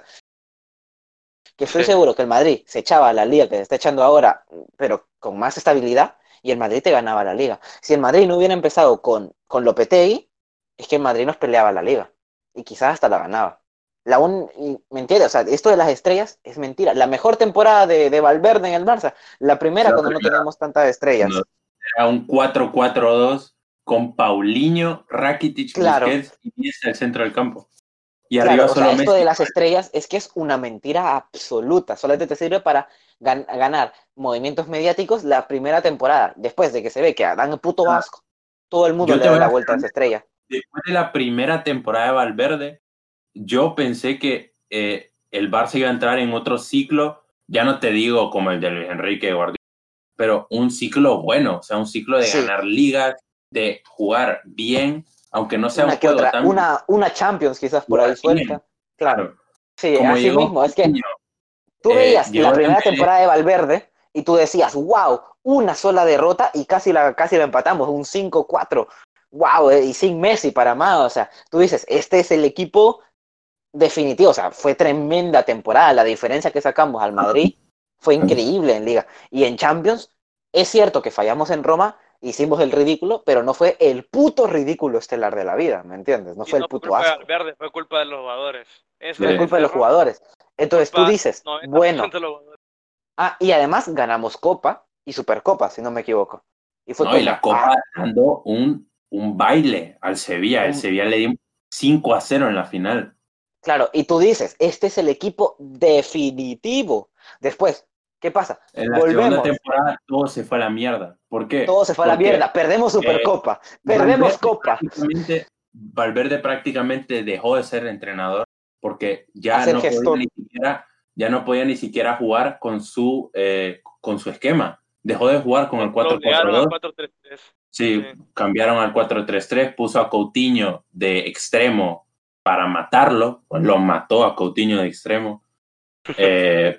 Que estoy Sí. seguro que el Madrid se echaba a la liga que se está echando ahora, pero con más estabilidad, y el Madrid te ganaba la liga. Si el Madrid no hubiera empezado con, con Lopetegui, es que el Madrid nos peleaba la liga. Y quizás hasta la ganaba. La un, y, ¿me entiendes? O sea, esto de las estrellas es mentira. La mejor temporada de, de Valverde en el Barça, la primera La cuando no primera. teníamos tantas estrellas. No. Era un cuatro cuatro dos con Paulinho, Rakitic, Claro. Busquets y Iniesta el centro del campo. Y Claro, arriba o sea, solo esto Messi. de las estrellas es que es una mentira absoluta. Solamente te sirve para gan- ganar movimientos mediáticos la primera temporada. Después de que se ve que dan el puto asco, todo el mundo Yo le te da voy la a vuelta a hacer esa estrella. Después de la primera temporada de Valverde, yo pensé que eh, el Barça iba a entrar en otro ciclo, ya no te digo como el de Luis Enrique Guardiola, pero un ciclo bueno, o sea, un ciclo de Sí. ganar ligas, de jugar bien, aunque no sea Una un que juego otra, tan una, una Champions quizás por ahí Jugar bien. suelta. Claro. claro. Sí, Como así llegó mismo. Es que Coutinho, tú eh, veías llegó la primera Dembélé. temporada de Valverde y tú decías, wow, una sola derrota y casi la, casi la empatamos, un cinco cuatro. Wow, eh, y sin Messi para más. O sea, tú dices, este es el equipo definitivo. O sea, fue tremenda temporada. La diferencia que sacamos al Madrid fue increíble en Liga. Y en Champions, es cierto que fallamos en Roma, hicimos el ridículo, pero no fue el puto ridículo estelar de la vida, ¿me entiendes? No Y fue no el puto culpa de asco. Valverde, fue culpa de los jugadores. Eso Fue Sí. culpa de los error, jugadores. Entonces tú culpa dices, noventa por bueno, ciento de los jugadores. ah, y además ganamos Copa y Supercopa, si no me equivoco. Y fue No, como, y la Copa ah, dando un, un baile al Sevilla. El Un- Sevilla le dio cinco a cero en la final. claro, y tú dices, este es el equipo definitivo. Después, ¿qué pasa? En la segunda Volvemos, temporada todo se fue a la mierda. ¿Por qué? todo se fue a la Porque mierda, perdemos Supercopa, perdemos Valverde Copa. prácticamente- Valverde prácticamente dejó de ser entrenador porque ya Hacer no, podía gestor. ni siquiera, ya no podía ni siquiera jugar con su, eh, con su esquema. Dejó de jugar con el Lo cuatro obligaron cuatro al dos. cuatro tres tres. Sí, Sí. cambiaron al cuatro tres tres, puso a Coutinho de extremo para matarlo, pues lo mató a Coutinho de extremo. Eh,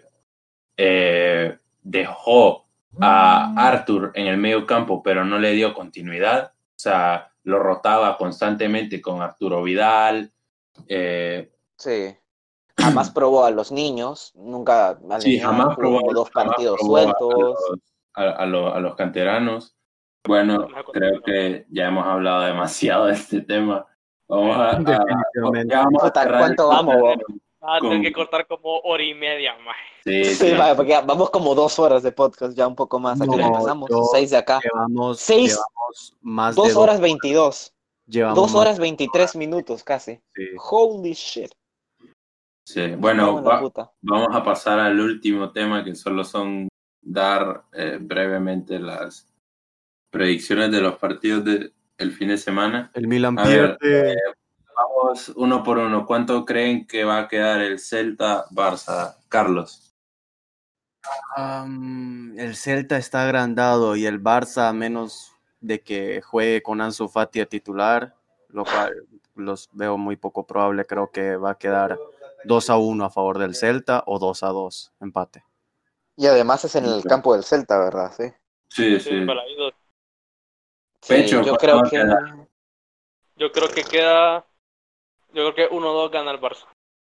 eh, dejó a Arthur en el medio campo, pero no le dio continuidad. O sea, lo rotaba constantemente con Arturo Vidal. Eh, Sí. jamás probó a los niños, nunca a Sí, niños, jamás jugó probó, como dos jamás partidos probó a, a sueltos. los, a, a los, a los canteranos. Bueno, creo que ya hemos hablado demasiado de este tema. Vamos a, a- Definitivamente. ya vamos a Puta, cerrar ¿cuánto el vamos, podcast vos? Ah, con- tengo que cortar como hora y media más. Sí, Sí, sí. vaya, porque ya vamos como dos horas de podcast, ya un poco más. ¿A qué hora No, empezamos? yo- Seis de acá. Llevamos, Seis, llevamos más de dos dos horas veintidós. Llevamos Dos más horas de veintitrés minutos casi. sí. Holy shit. Sí, Me bueno, cago en la va- puta. vamos a pasar al último tema, que solo son dar eh, brevemente las predicciones de los partidos del fin de semana. El Milan A ver, pierde. vamos uno por uno. ¿Cuánto creen que va a quedar el Celta-Barça, Carlos? Am, el Celta está agrandado y el Barça, a menos de que juegue con Ansu Fati a titular, lo cual los veo muy poco probable. Creo que va a quedar dos a uno a favor del Celta o dos a dos, empate. Y además es en el campo del Celta, ¿verdad? Sí. Sí, Sí, sí. para ahí dos. Sí, Pecho, yo ¿cuánto creo va a que. quedar? Yo creo que queda. Yo creo que uno dos gana el Barça.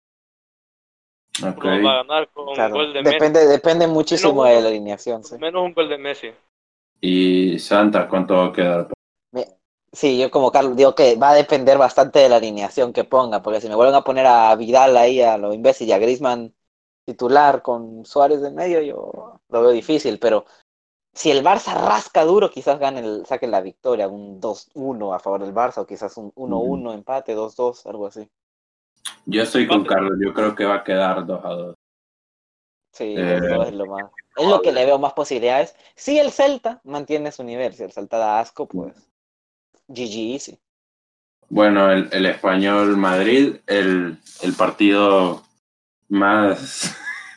Ok. Uno va a ganar con un Claro, gol de Messi. depende, depende muchísimo Menos de uno. la alineación, sí. Menos un gol de Messi. Y Santa, ¿cuánto va a quedar? Me- Sí, yo como Carlos digo que va a depender bastante de la alineación que ponga, porque si me vuelven a poner a Vidal ahí, a lo imbécil, y a Griezmann titular con Suárez en medio, yo lo veo difícil, pero si el Barça rasca duro, quizás gane el, saque la victoria, un dos uno a favor del Barça, o quizás un uno uno empate, dos dos, algo así. Yo estoy con Carlos, yo creo que va a quedar dos a dos. Sí, Eh, dos dos es lo más. Es lo que le veo más posibilidades. Si el Celta mantiene su nivel, si el Celta da asco, pues G G easy. Bueno, el, el Español Madrid, el, el partido más...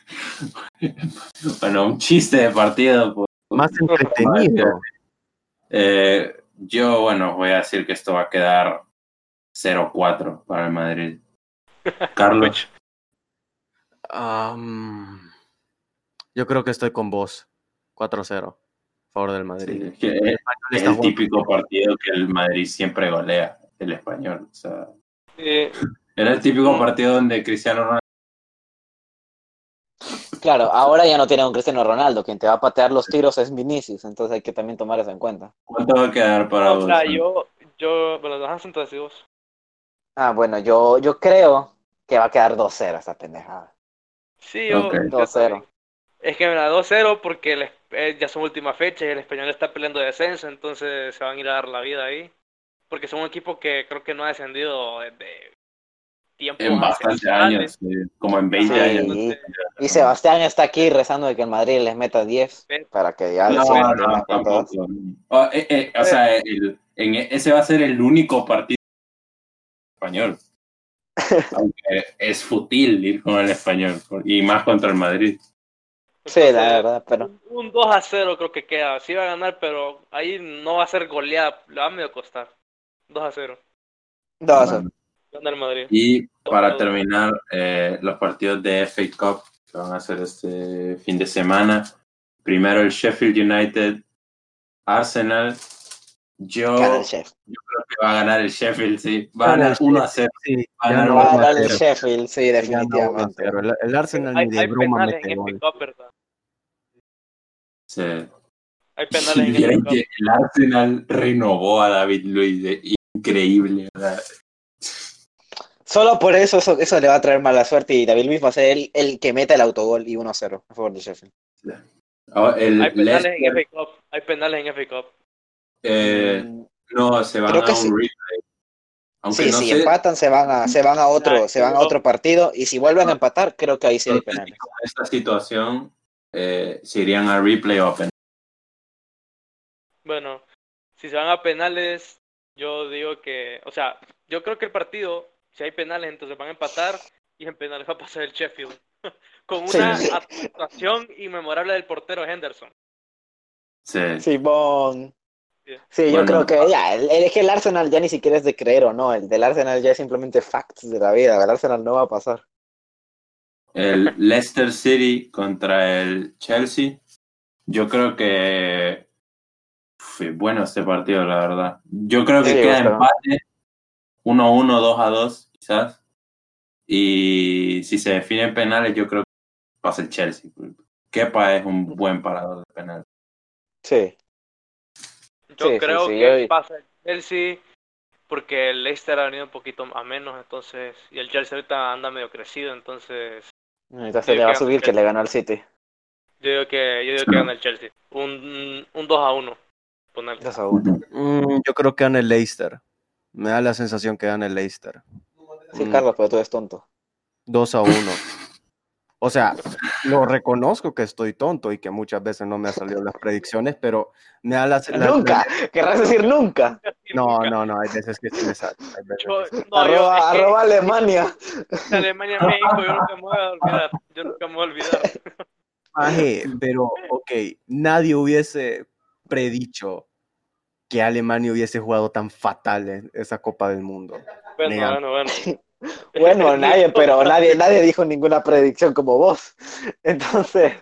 bueno, un chiste de partido. Pues. Más entretenido. Eh, yo, bueno, voy a decir que esto va a quedar cero cuatro para el Madrid. Carlos. Um, yo creo que estoy con vos. cuatro cero. A favor del Madrid. Sí, que es, es el típico partido que el Madrid siempre golea, el Español. O sea, Sí. era el típico partido donde Cristiano Ronaldo... Claro, ahora ya no tiene a un Cristiano Ronaldo, quien te va a patear los tiros es Vinicius, entonces hay que también tomar eso en cuenta. ¿Cuánto va a quedar para O vos? sea, yo, yo, bueno, dejas entonces vos. Ah, bueno, yo, yo creo que va a quedar dos cero esa pendejada. Sí, yo, Ok. yo dos cero. también. Es que mira, dos cero porque el, eh, ya son última fecha y el Español está peleando descenso, entonces se van a ir a dar la vida ahí. Porque son un equipo que creo que no ha descendido desde tiempos En bastantes ancestrales. años, sí, como en veinte Sí, años. no y, sé. y Sebastián está aquí rezando de que el Madrid les meta diez para que ya No, desciendan de no, una por todas. tampoco. O, eh, eh, o sea, el, en, ese va a ser el único partido español. Aunque es fútil ir con el Español, y más contra el Madrid. Sí, la verdad, pero Un, un dos a cero creo que queda. Sí va a ganar, pero ahí no va a ser goleada. Le va a medio costar. dos a cero. dos a cero. Bueno, Gana el Madrid. y para terminar, eh, los partidos de F A Cup que van a ser este fin de semana. Primero el Sheffield United, Arsenal. Yo, Gana el Sheffield. yo creo que va a ganar el Sheffield, sí. Va a ganar uno a cero. Sí, Va a ya ganar no Va a uno a ganar el cero. Sheffield, sí, Ya no definitivamente. uno a cero. El, el Arsenal Hay, ni de hay broma penales mete en gol. F A Cup, ¿verdad? Sí. Hay penales Si en vieran F A Cup. que el Arsenal renovó a David Luiz, de- increíble, ¿verdad? Solo por eso, eso eso le va a traer mala suerte y David Luiz va a ser el, el que meta el autogol y uno a cero a favor del Sheffield. Oh, el Hay penales en Leicester, F A Cup. Hay penales en F A Cup. eh, Mm, no, se van creo a que un sí. replay. Aunque Sí, no si sé, empatan se van a, se van a otro, Ah, se van a yo- otro partido y si vuelven a empatar, creo que ahí sí no hay sé si penales. con esta situación eh, se irían a replay o a penal. Bueno, si se van a penales, yo digo que, o sea, yo creo que el partido, si hay penales, entonces van a empatar y en penales va a pasar el Sheffield. Con Sí. una actuación inmemorable del portero Henderson. Sí. Simón. Sí. Sí, yo Bueno. creo que ya, el, el- es que el Arsenal ya ni siquiera es de creer o no, el del Arsenal ya es simplemente facts de la vida, el Arsenal no va a pasar. El Leicester City contra el Chelsea. Yo creo que fue bueno este partido, la verdad. Yo creo que Sí, queda bastante. empate uno a uno, dos a dos, quizás. Y si se definen penales, yo creo que pasa el Chelsea. Kepa es un buen parador de penales. Sí. Yo Sí, sí, creo sí, que yo- pasa el Chelsea porque el Leicester ha venido un poquito a menos, entonces, y el Chelsea ahorita anda medio crecido, entonces, Ahorita yo se digo le va que a gana el subir que le Chelsea. ganó al City. Yo digo que, yo digo que gana el Chelsea. Un, un dos a uno. Ponerle. dos a uno. Mm, yo creo que gana el Leicester. Me da la sensación que gana el Leicester. Sí, Mm, Carlos, pero tú eres tonto. dos a uno. O sea, lo reconozco que estoy tonto y que muchas veces no me han salido las predicciones, pero me da la... la- Nunca, la- querrás decir nunca. no, Nunca. no, no, hay veces que sí me sale. Hay veces Yo, que sí. no, yo, arroba, es que arroba Alemania. Alemania, México, yo nunca me voy a olvidar. Yo nunca me voy a olvidar. Maje, pero, ok, nadie hubiese predicho que Alemania hubiese jugado tan fatal en esa Copa del Mundo. Bueno, Negando. bueno, bueno. Bueno, No nadie, pero importa. nadie, nadie dijo ninguna predicción como vos. Entonces,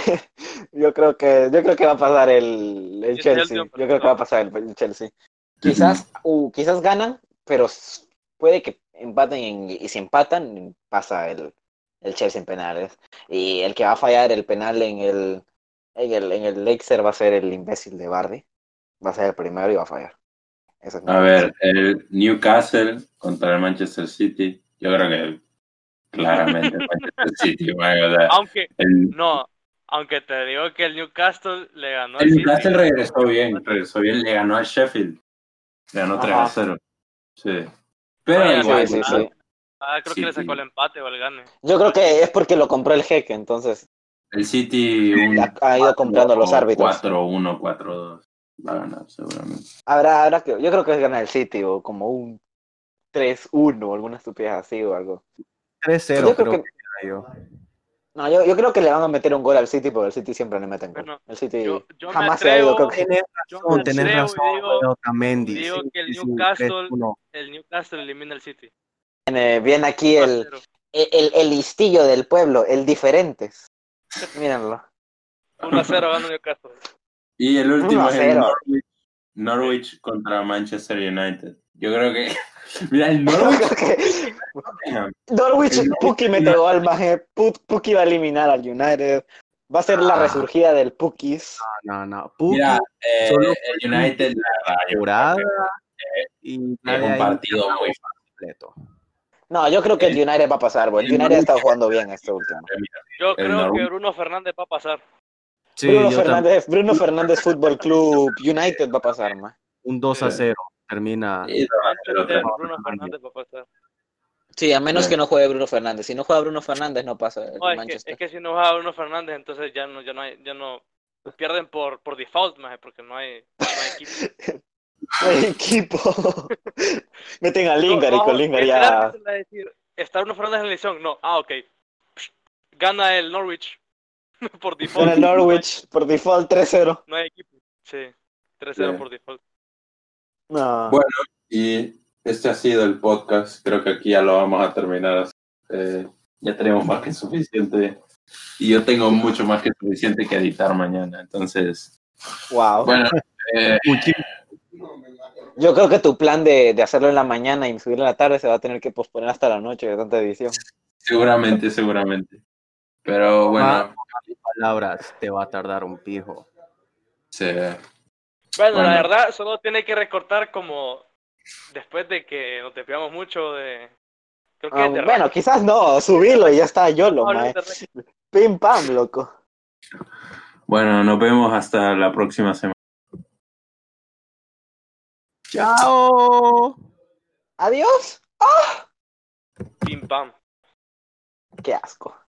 yo creo que, yo creo que va a pasar el, el Yo soy el Chelsea. último Yo creo que va a predictor. pasar el, el Chelsea. Quizás, uh, quizás ganan, pero s- puede que empaten en- y si empatan, pasa el, el Chelsea en penales. Y el que va a fallar el penal en el, en el, en el Leicester va a ser el imbécil de Bardi. Va a ser el primero y va a fallar. Esa es mi A ver, predicción. el Newcastle contra el Manchester City. Yo creo que claramente el Manchester City va a ganar. Aunque, El, no, aunque te digo que el Newcastle le ganó al el City. Newcastle regresó bien, regresó bien, le ganó al Sheffield. Le ganó tres a Ajá. cero. Sí. No, Pero ya igual, Sí, sí, ah, sí. ah, creo que le sacó el City, empate o el gane. Yo creo que es porque lo compró el jeque, entonces el City un ha, ha ido comprando los árbitros. cuatro uno, cuatro dos. Va a ganar seguramente. Habrá, habrá que, yo creo que gana el City o como un tres uno, alguna estupidez así o algo. tres cero Yo creo creo que, que yo. no, yo, yo creo que le van a meter un gol al City porque el City siempre le meten gol. Bueno, El City yo, yo me jamás se ha ido, creo atrevo, que Tenés yo me razón, tenés atrevo razón, y digo, güey, Otamendi. digo Sí, que el sí, sí, Newcastle, tres uno. el Newcastle elimina al City. viene, viene aquí uno a el, cero. el, el, el listillo del pueblo, el diferentes. Mírenlo. uno a cero gana Newcastle. Y el uno último a es el cero. Norwich, Norwich contra Manchester United. Yo creo que. Mira, el Yo Norwich. creo que Norwich, El Puki mete gol, maje. Pu- Puki va a eliminar al United. Va a ser la Ah. resurgida del Pukis. No, no. Puki Mira, eh, solo el United, la verdad, yo temporada creo que y ya es de un ahí partido muy completo. No, yo creo que el United va a pasar, güey. El El United ha Norwich- estado jugando bien este último. Yo El creo Norwich. que Bruno Fernández va a pasar. Sí, Bruno yo también. Fernández, Bruno Fernández Fútbol Club United va a pasar, ma. Un dos a cero termina. Sí, pero Manchester, otra- Bruno Fernández va a pasar. Sí, a menos Sí. que no juegue Bruno Fernández. Si no juega Bruno Fernández, no pasa el No, es que, Manchester. es que si no juega Bruno Fernández, entonces ya no, ya no hay, ya no pierden por, por default, maje, porque no hay, no hay equipo. No hay equipo. Meten a Lingard y No, con no, Lingard el ya. árbitro le va a decir, ¿está Bruno Fernández en la elección? No, ah, ok. Psh, gana el Norwich por Con default. el Norwich por default tres cero. No hay equipo. Sí, tres cero Sí. por default. No. Bueno, y este ha sido el podcast. Creo que aquí ya lo vamos a terminar. Eh, ya tenemos más que suficiente. Y yo tengo mucho más que suficiente que editar mañana. Entonces, Wow. bueno, eh, Yo creo que tu plan de, de hacerlo en la mañana y subirlo en la tarde se va a tener que posponer hasta la noche de tanta edición. seguramente, seguramente. Pero bueno, Palabras, te va a tardar un pijo. sí. Bueno, Bueno. la verdad, solo tiene que recortar como después de que nos desviamos mucho de... Creo que Ah, es de bueno, ranking. quizás no, subirlo y ya está, yo lo, No, no mae. es de ranking. Pim pam, loco. Bueno, nos vemos hasta la próxima semana. ¡Chao! Adiós. Pim pam. Qué asco.